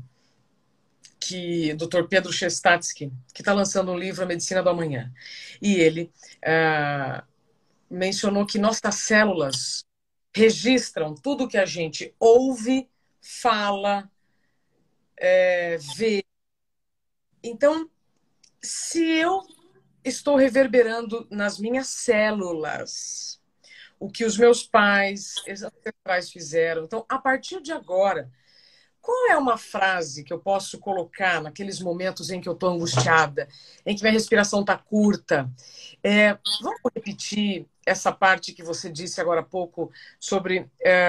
Dr. Pedro Chestatsky, que está lançando um livro A Medicina do Amanhã. E ele mencionou que nossas células registram tudo que a gente ouve, fala, vê. Então, se eu estou reverberando nas minhas células o que os meus pais, os ancestrais fizeram, então, a partir de agora, qual é uma frase que eu posso colocar naqueles momentos em que eu estou angustiada, em que minha respiração está curta? Vamos repetir essa parte que você disse agora há pouco sobre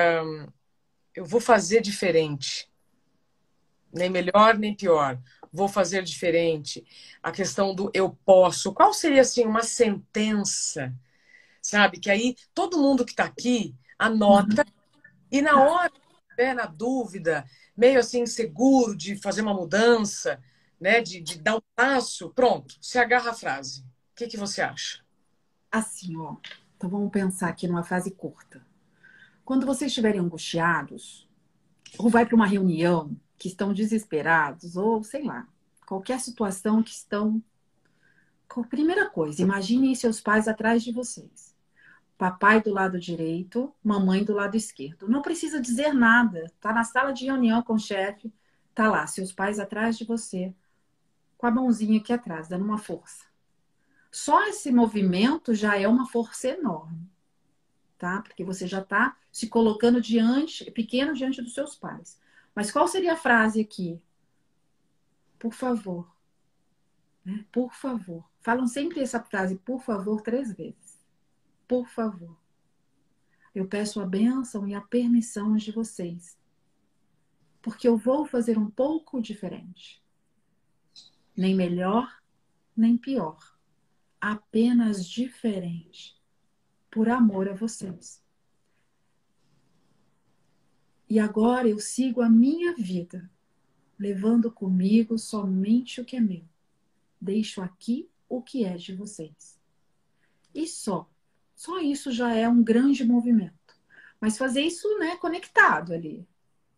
eu vou fazer diferente, nem melhor nem pior. Vou fazer diferente. A questão do eu posso. Qual seria assim uma sentença, sabe? Que aí todo mundo que está aqui Uhum. anota e na hora, né, na dúvida, meio assim inseguro de fazer uma mudança, né, de dar um passo, pronto, se agarra a frase. O que você acha? Assim, ó. Então vamos pensar aqui numa frase curta. Quando vocês estiverem angustiados, ou vai para uma reunião que estão desesperados, ou sei lá, qualquer situação que estão. Primeira coisa, imaginem seus pais atrás de vocês. Papai do lado direito, mamãe do lado esquerdo. Não precisa dizer nada. Tá na sala de reunião com o chefe, tá lá, seus pais atrás de você, com a mãozinha aqui atrás, dando uma força. Só esse movimento já é uma força enorme, tá? Porque você já está se colocando pequeno diante dos seus pais. Mas qual seria a frase aqui? Por favor, né? Por favor. Falam sempre essa frase, por favor, 3 vezes. Por favor. Eu peço a bênção e a permissão de vocês, porque eu vou fazer um pouco diferente. Nem melhor, nem pior. Apenas diferente. Por amor a vocês. E agora eu sigo a minha vida. levando comigo somente o que é meu. Deixo aqui o que é de vocês. E só isso já é um grande movimento. Mas fazer isso, né, conectado ali.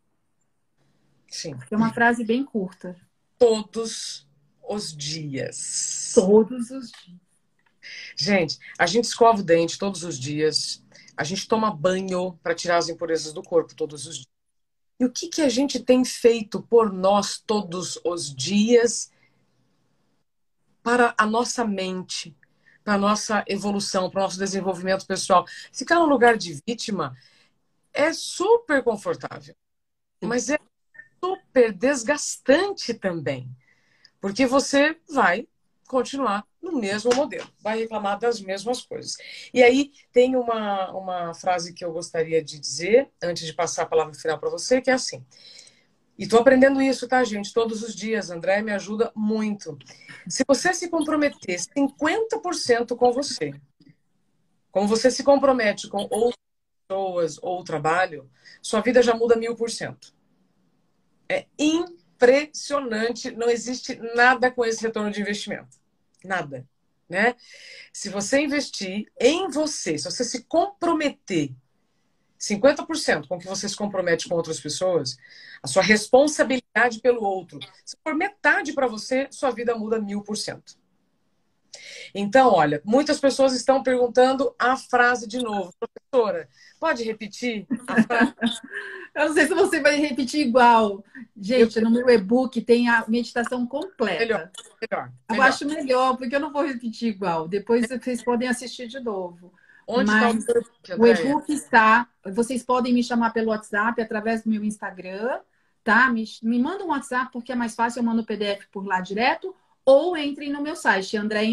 Sim. É uma frase bem curta. Todos os dias. Todos os dias. Gente, a gente escova o dente todos os dias. A gente toma banho para tirar as impurezas do corpo todos os dias. E o que a gente tem feito por nós todos os dias para a nossa mente, para a nossa evolução, para o nosso desenvolvimento pessoal? Ficar no lugar de vítima é super confortável, mas é super desgastante também, porque você vai continuar no mesmo modelo, vai reclamar das mesmas coisas. E aí tem uma frase que eu gostaria de dizer, antes de passar a palavra final para você, que é assim, e estou aprendendo isso, tá, gente? Todos os dias, André me ajuda muito. Se você se comprometer 50% com você, como você se compromete com outras pessoas ou o trabalho, sua vida já muda 1000%. É impressionante, não existe nada com esse retorno de investimento. Nada, né? Se você investir em você, se você se comprometer 50% com o que você se compromete com outras pessoas, a sua responsabilidade pelo outro, se for metade para você, sua vida muda 1000%. Então, olha, muitas pessoas estão perguntando a frase de novo. Professora, pode repetir a frase? Eu não sei se você vai repetir igual. Eu, Gente, no meu e-book tem a meditação melhor, completa. melhor, Eu melhor. acho melhor, porque eu não vou repetir igual. Depois vocês podem assistir de novo. Onde está o Mas e-book, o Andréia? e-book está. Vocês podem me chamar pelo WhatsApp através do meu Instagram, tá? Me manda um WhatsApp, porque é mais fácil, eu mando o PDF por lá direto. Ou entrem no meu site,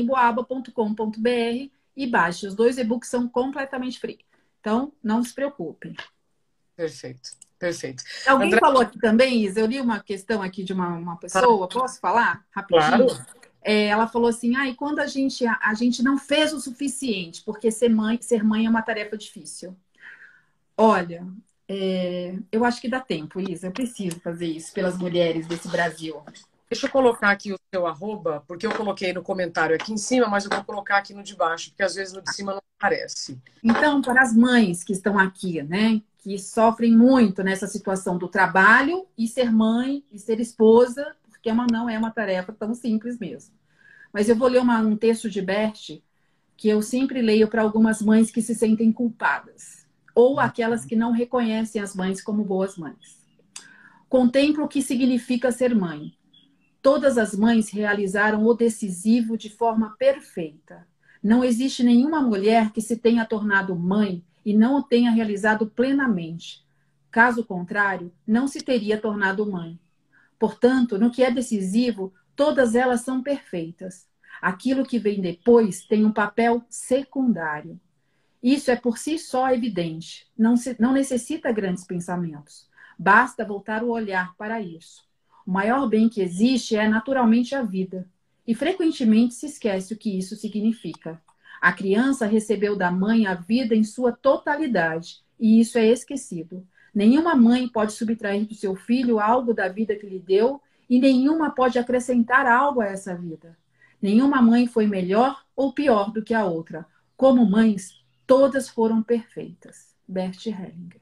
andreemboaba.com.br e baixe. Os dois e-books são completamente free. Então, não se preocupem. Perfeito, perfeito. Alguém André, falou aqui também, Isa, eu li uma questão aqui de uma pessoa, posso falar claro, rapidinho? Ela falou assim, e quando a gente não fez o suficiente, porque ser mãe é uma tarefa difícil. Olha, eu acho que dá tempo, Isa, eu preciso fazer isso pelas mulheres desse Brasil. deixa eu colocar aqui o seu arroba, porque eu coloquei no comentário aqui em cima, mas eu vou colocar aqui no de baixo, porque às vezes no de cima não aparece. Então, para as mães que estão aqui, né, que sofrem muito nessa situação do trabalho e ser mãe e ser esposa, porque não é uma tarefa tão simples mesmo. Mas eu vou ler um texto de Bert que eu sempre leio para algumas mães que se sentem culpadas, ou aquelas que não reconhecem as mães como boas mães. Contemplo o que significa ser mãe. Todas as mães realizaram o decisivo de forma perfeita. Não existe nenhuma mulher que se tenha tornado mãe e não o tenha realizado plenamente. Caso contrário, não se teria tornado mãe. Portanto, no que é decisivo, todas elas são perfeitas. Aquilo que vem depois tem um papel secundário. Isso é por si só evidente. Não necessita grandes pensamentos. Basta voltar o olhar para isso. O maior bem que existe é naturalmente a vida. E frequentemente se esquece o que isso significa. A criança recebeu da mãe a vida em sua totalidade, e isso é esquecido. Nenhuma mãe pode subtrair do seu filho algo da vida que lhe deu, e nenhuma pode acrescentar algo a essa vida. Nenhuma mãe foi melhor ou pior do que a outra. Como mães, todas foram perfeitas. Bert Hellinger.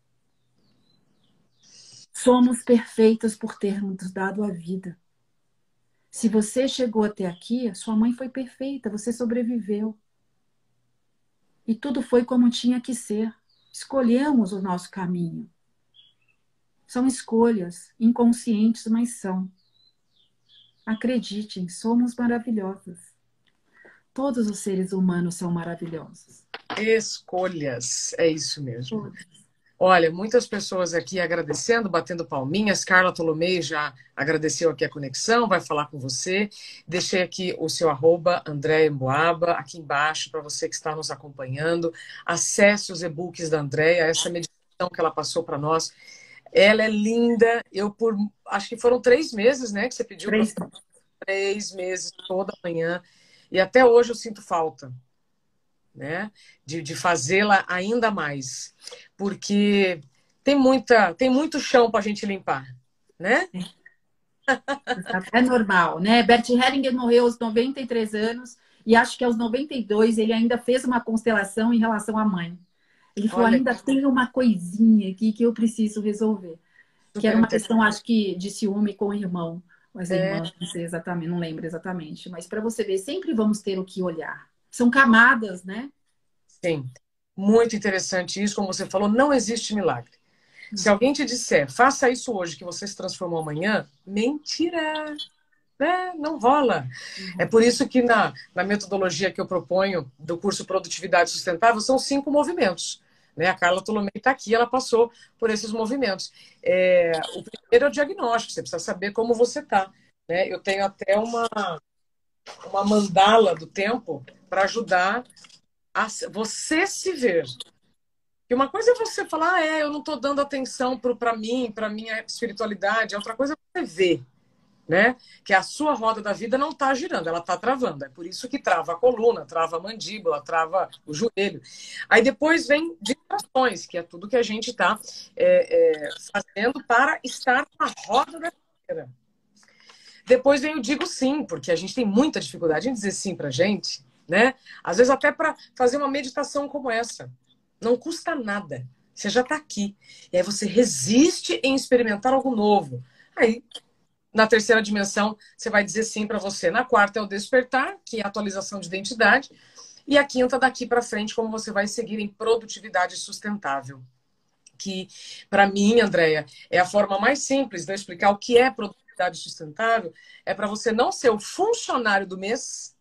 Somos perfeitas por termos dado a vida. Se você chegou até aqui, sua mãe foi perfeita, você sobreviveu. E tudo foi como tinha que ser. Escolhemos o nosso caminho. São escolhas inconscientes, mas são. Acreditem, somos maravilhosas. Todos os seres humanos são maravilhosos. Escolhas, é isso mesmo. Todos. Olha, muitas pessoas aqui agradecendo, batendo palminhas. Carla Tolomei já agradeceu aqui a conexão, vai falar com você. Deixei aqui o seu arroba, André Emboaba, aqui embaixo, para você que está nos acompanhando. Acesse os e-books da Andréia, essa meditação que ela passou para nós. Ela é linda. Acho que foram 3 meses, né, que você pediu para 3 meses, toda manhã. E até hoje eu sinto falta, né, de fazê-la ainda mais, porque tem muito chão para a gente limpar, né? É normal, né? Bert Hellinger morreu aos 93 anos e acho que aos 92 ele ainda fez uma constelação em relação à mãe. Ele falou, Olha, ainda tem uma coisinha aqui que eu preciso resolver. Que super era uma interessante. questão, acho que, de ciúme com o irmão. Ou as É, irmãs, não sei exatamente, não lembro exatamente. Mas para você ver, sempre vamos ter o que olhar. São camadas, né? sim, muito interessante isso, como você falou, não existe milagre. Se alguém te disser, faça isso hoje que você se transformou amanhã, mentira, né? Não rola. É por isso que na metodologia que eu proponho do curso Produtividade Sustentável são 5 movimentos. Né? A Carla Tolomei está aqui, ela passou por esses movimentos. O primeiro é o diagnóstico, você precisa saber como você está. Né? Eu tenho até uma mandala do tempo para ajudar a você se ver. E uma coisa é você falar, eu não estou dando atenção para mim, para minha espiritualidade. A outra coisa é você ver, né? Que a sua roda da vida não está girando, ela está travando. É por isso que trava a coluna, trava a mandíbula, trava o joelho. Aí depois vem distrações, que é tudo que a gente está fazendo para estar na roda da vida. Depois vem o digo sim, porque a gente tem muita dificuldade em dizer sim para gente, né? Às vezes até para fazer uma meditação como essa. Não custa nada. Você já está aqui. E aí você resiste em experimentar algo novo. Aí, na terceira dimensão, você vai dizer sim para você. Na quarta é o despertar, que é a atualização de identidade. E a quinta, daqui para frente, como você vai seguir em produtividade sustentável. Que, para mim, Andréia, é a forma mais simples de eu explicar o que é produtividade sustentável. É para você não ser o funcionário do mês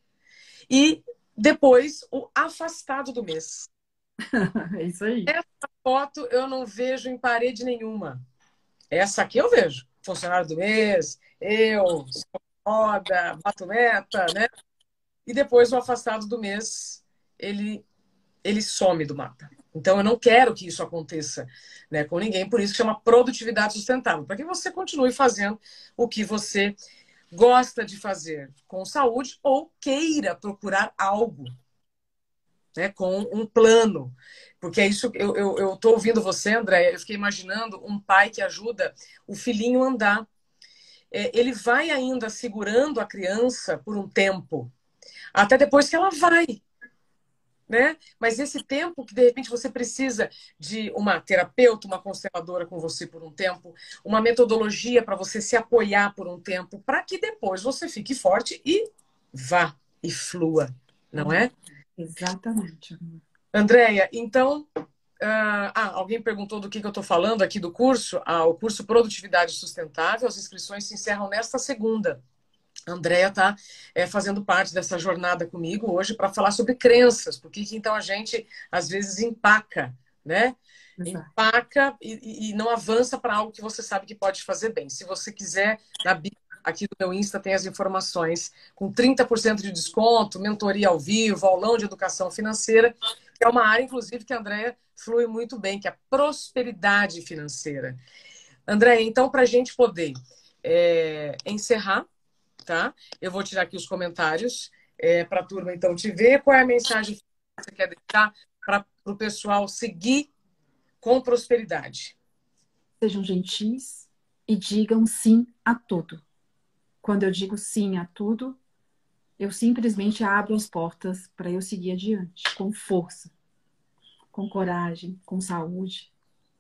e depois o afastado do mês. É isso aí. Essa foto eu não vejo em parede nenhuma. Essa aqui eu vejo. Funcionário do mês, eu, roda, bato meta, né? E depois o afastado do mês, ele some do mapa. Então eu não quero que isso aconteça, né, com ninguém, por isso que chama produtividade sustentável, para que você continue fazendo o que você gosta de fazer com saúde ou queira procurar algo, né, com um plano. Porque é isso, eu tô ouvindo você, André, eu fiquei imaginando um pai que ajuda o filhinho a andar. Ele vai ainda segurando a criança por um tempo, até depois que ela vai, né? Mas esse tempo que de repente você precisa de uma terapeuta, uma consteladora com você por um tempo, uma metodologia para você se apoiar por um tempo, para que depois você fique forte e vá e flua, não é? Exatamente. Andréia, então, alguém perguntou do que eu estou falando aqui do curso. O curso Produtividade Sustentável, as inscrições se encerram nesta segunda. A Andrea está fazendo parte dessa jornada comigo hoje para falar sobre crenças, porque que, então a gente às vezes empaca, né? Exato. Empaca e não avança para algo que você sabe que pode fazer bem. Se você quiser, na bio aqui do meu Insta tem as informações com 30% de desconto, mentoria ao vivo, aulão de educação financeira, que é uma área, inclusive, que a Andrea flui muito bem, que é a prosperidade financeira. André, então, para a gente poder encerrar, tá? Eu vou tirar aqui os comentários para a turma, então, te ver. Qual é a mensagem que você quer deixar para o pessoal seguir com prosperidade? Sejam gentis e digam sim a tudo. Quando eu digo sim a tudo, eu simplesmente abro as portas para eu seguir adiante, com força, com coragem, com saúde.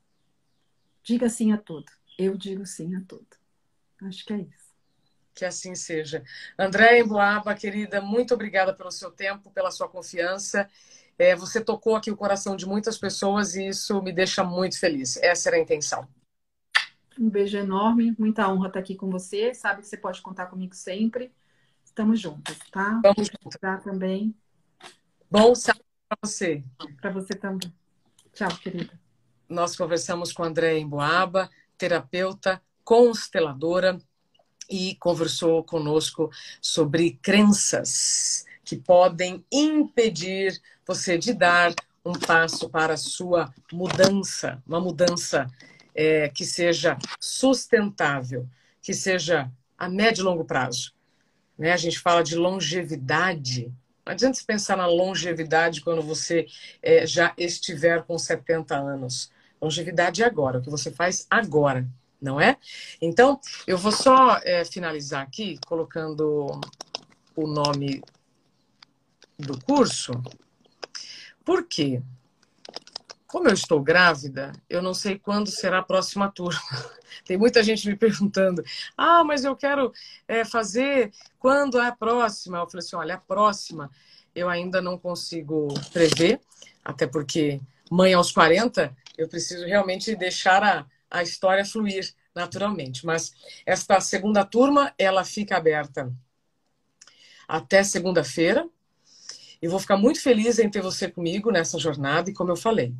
Diga sim a tudo. Eu digo sim a tudo. Acho que é isso. Que assim seja. André Emboaba, querida, muito obrigada pelo seu tempo, pela sua confiança. Você tocou aqui o coração de muitas pessoas e isso me deixa muito feliz. Essa era a intenção. Um beijo enorme, muita honra estar aqui com você. Sabe que você pode contar comigo sempre. Estamos juntas, tá? Vamos junto. Tá também. Bom sábado para você. Para você também. Tchau, querida. Nós conversamos com a André Emboaba, terapeuta, consteladora, e conversou conosco sobre crenças que podem impedir você de dar um passo para a sua mudança, uma mudança que seja sustentável, que seja a médio e longo prazo. Né? A gente fala de longevidade. Não adianta você pensar na longevidade quando você já estiver com 70 anos. Longevidade é agora, o que você faz agora. não é? Então, eu vou só finalizar aqui colocando o nome do curso. Por quê? Como eu estou grávida, eu não sei quando será a próxima turma. Tem muita gente me perguntando, mas eu quero fazer quando é a próxima? Eu falei assim, olha, a próxima eu ainda não consigo prever, até porque mãe aos 40, eu preciso realmente deixar a história fluir naturalmente. Mas esta segunda turma, ela fica aberta até segunda-feira. Eu vou ficar muito feliz em ter você comigo nessa jornada e como eu falei,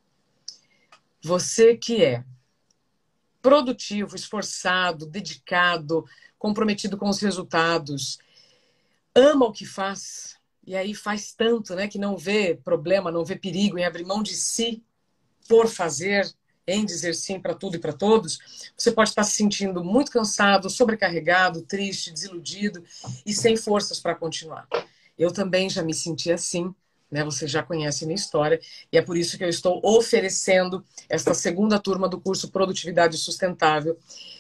você que é produtivo, esforçado, dedicado, comprometido com os resultados, ama o que faz, e aí faz tanto, né, que não vê problema, não vê perigo em abrir mão de si por fazer, em dizer sim para tudo e para todos, você pode estar se sentindo muito cansado, sobrecarregado, triste, desiludido e sem forças para continuar. Eu também já me senti assim, né? Você já conhece a minha história, e é por isso que eu estou oferecendo esta segunda turma do curso Produtividade Sustentável.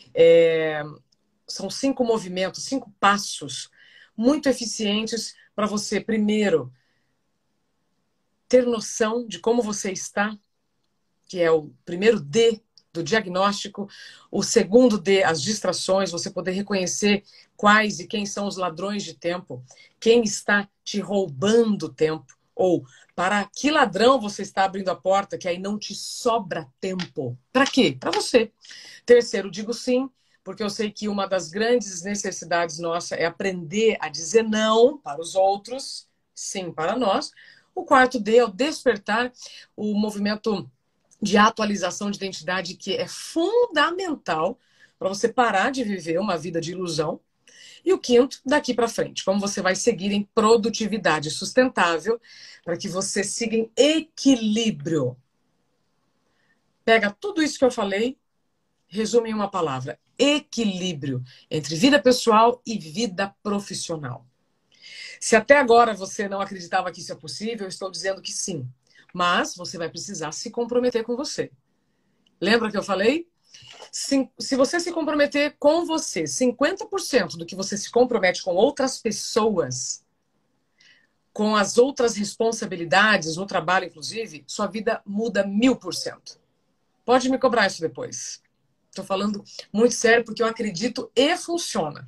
São 5 movimentos, 5 passos muito eficientes para você, primeiro, ter noção de como você está, que é o primeiro D do diagnóstico, o segundo D, as distrações, você poder reconhecer quais e quem são os ladrões de tempo, quem está te roubando tempo, ou para que ladrão você está abrindo a porta, que aí não te sobra tempo. Para quê? Para você. Terceiro, digo sim, porque eu sei que uma das grandes necessidades nossa é aprender a dizer não para os outros, sim para nós. O quarto D é o despertar, o movimento de atualização de identidade, que é fundamental para você parar de viver uma vida de ilusão. E o quinto, daqui para frente, como você vai seguir em produtividade sustentável para que você siga em equilíbrio. Pega tudo isso que eu falei, resume em uma palavra: equilíbrio entre vida pessoal e vida profissional. Se até agora você não acreditava que isso é possível, eu estou dizendo que sim. Mas você vai precisar se comprometer com você. Lembra que eu falei? Se você se comprometer com você, 50% do que você se compromete com outras pessoas, com as outras responsabilidades, no trabalho inclusive, sua vida muda 1000%. Pode me cobrar isso depois. Estou falando muito sério porque eu acredito e funciona.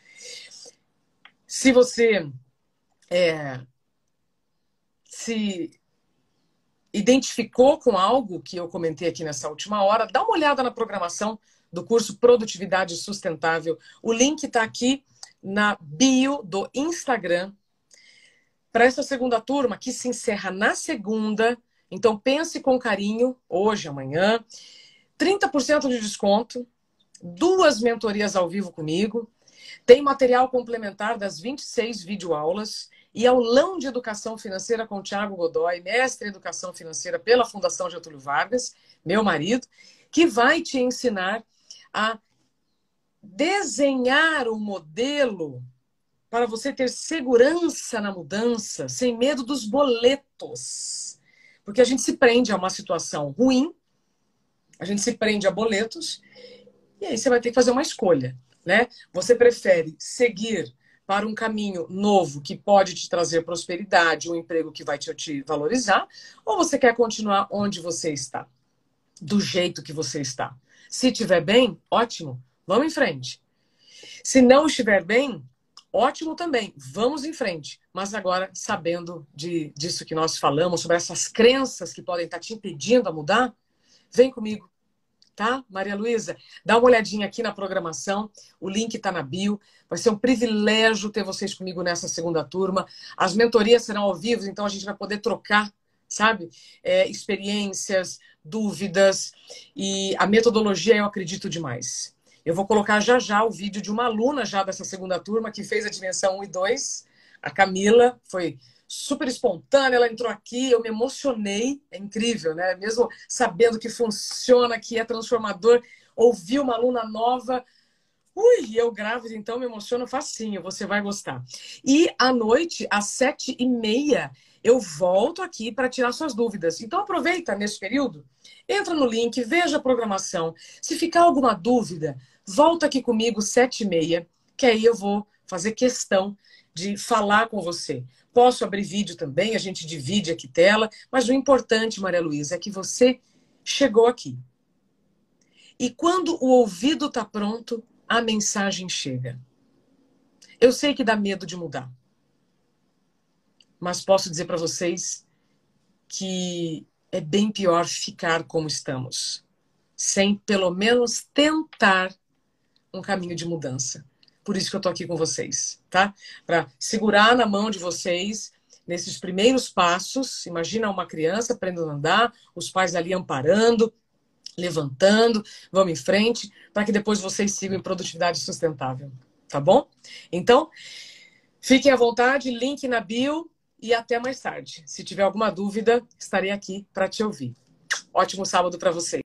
Se você se identificou com algo que eu comentei aqui nessa última hora, dá uma olhada na programação do curso Produtividade Sustentável. O link está aqui na bio do Instagram. Para essa segunda turma, que se encerra na segunda, então pense com carinho, hoje, amanhã, 30% de desconto, 2 mentorias ao vivo comigo, tem material complementar das 26 videoaulas e aulão de educação financeira com Thiago Godoy, mestre em educação financeira pela Fundação Getúlio Vargas, meu marido, que vai te ensinar a desenhar um modelo para você ter segurança na mudança, sem medo dos boletos. Porque a gente se prende a uma situação ruim, a gente se prende a boletos, e aí você vai ter que fazer uma escolha, né? Você prefere seguir para um caminho novo que pode te trazer prosperidade, um emprego que vai te valorizar, ou você quer continuar onde você está, do jeito que você está? Se estiver bem, ótimo, vamos em frente. Se não estiver bem, ótimo também, vamos em frente. Mas agora, sabendo disso que nós falamos, sobre essas crenças que podem estar te impedindo a mudar, vem comigo. Tá, Maria Luísa? Dá uma olhadinha aqui na programação, o link está na bio. Vai ser um privilégio ter vocês comigo nessa segunda turma. As mentorias serão ao vivo, então a gente vai poder trocar, sabe? Experiências, dúvidas, e a metodologia eu acredito demais. Eu vou colocar já já o vídeo de uma aluna já dessa segunda turma que fez a dimensão 1 e 2, a Camila, foi super espontânea, ela entrou aqui, eu me emocionei, é incrível, né? Mesmo sabendo que funciona, que é transformador, ouvir uma aluna nova Ui, eu grávida, então me emociono facinho, você vai gostar. E à noite, às 7h30, eu volto aqui para tirar suas dúvidas. Então aproveita nesse período, entra no link, veja a programação. Se ficar alguma dúvida, volta aqui comigo 7h30, que aí eu vou fazer questão de falar com você. Posso abrir vídeo também, a gente divide aqui tela, mas o importante, Maria Luísa, é que você chegou aqui. E quando o ouvido está pronto, a mensagem chega. Eu sei que dá medo de mudar, mas posso dizer para vocês que é bem pior ficar como estamos, sem pelo menos tentar um caminho de mudança. Por isso que eu tô aqui com vocês, tá? Para segurar na mão de vocês nesses primeiros passos. Imagina uma criança aprendendo a andar, os pais ali amparando, levantando, vamos em frente, para que depois vocês sigam em produtividade sustentável, tá bom? Então, fiquem à vontade, link na bio e até mais tarde. Se tiver alguma dúvida, estarei aqui para te ouvir. Ótimo sábado para vocês.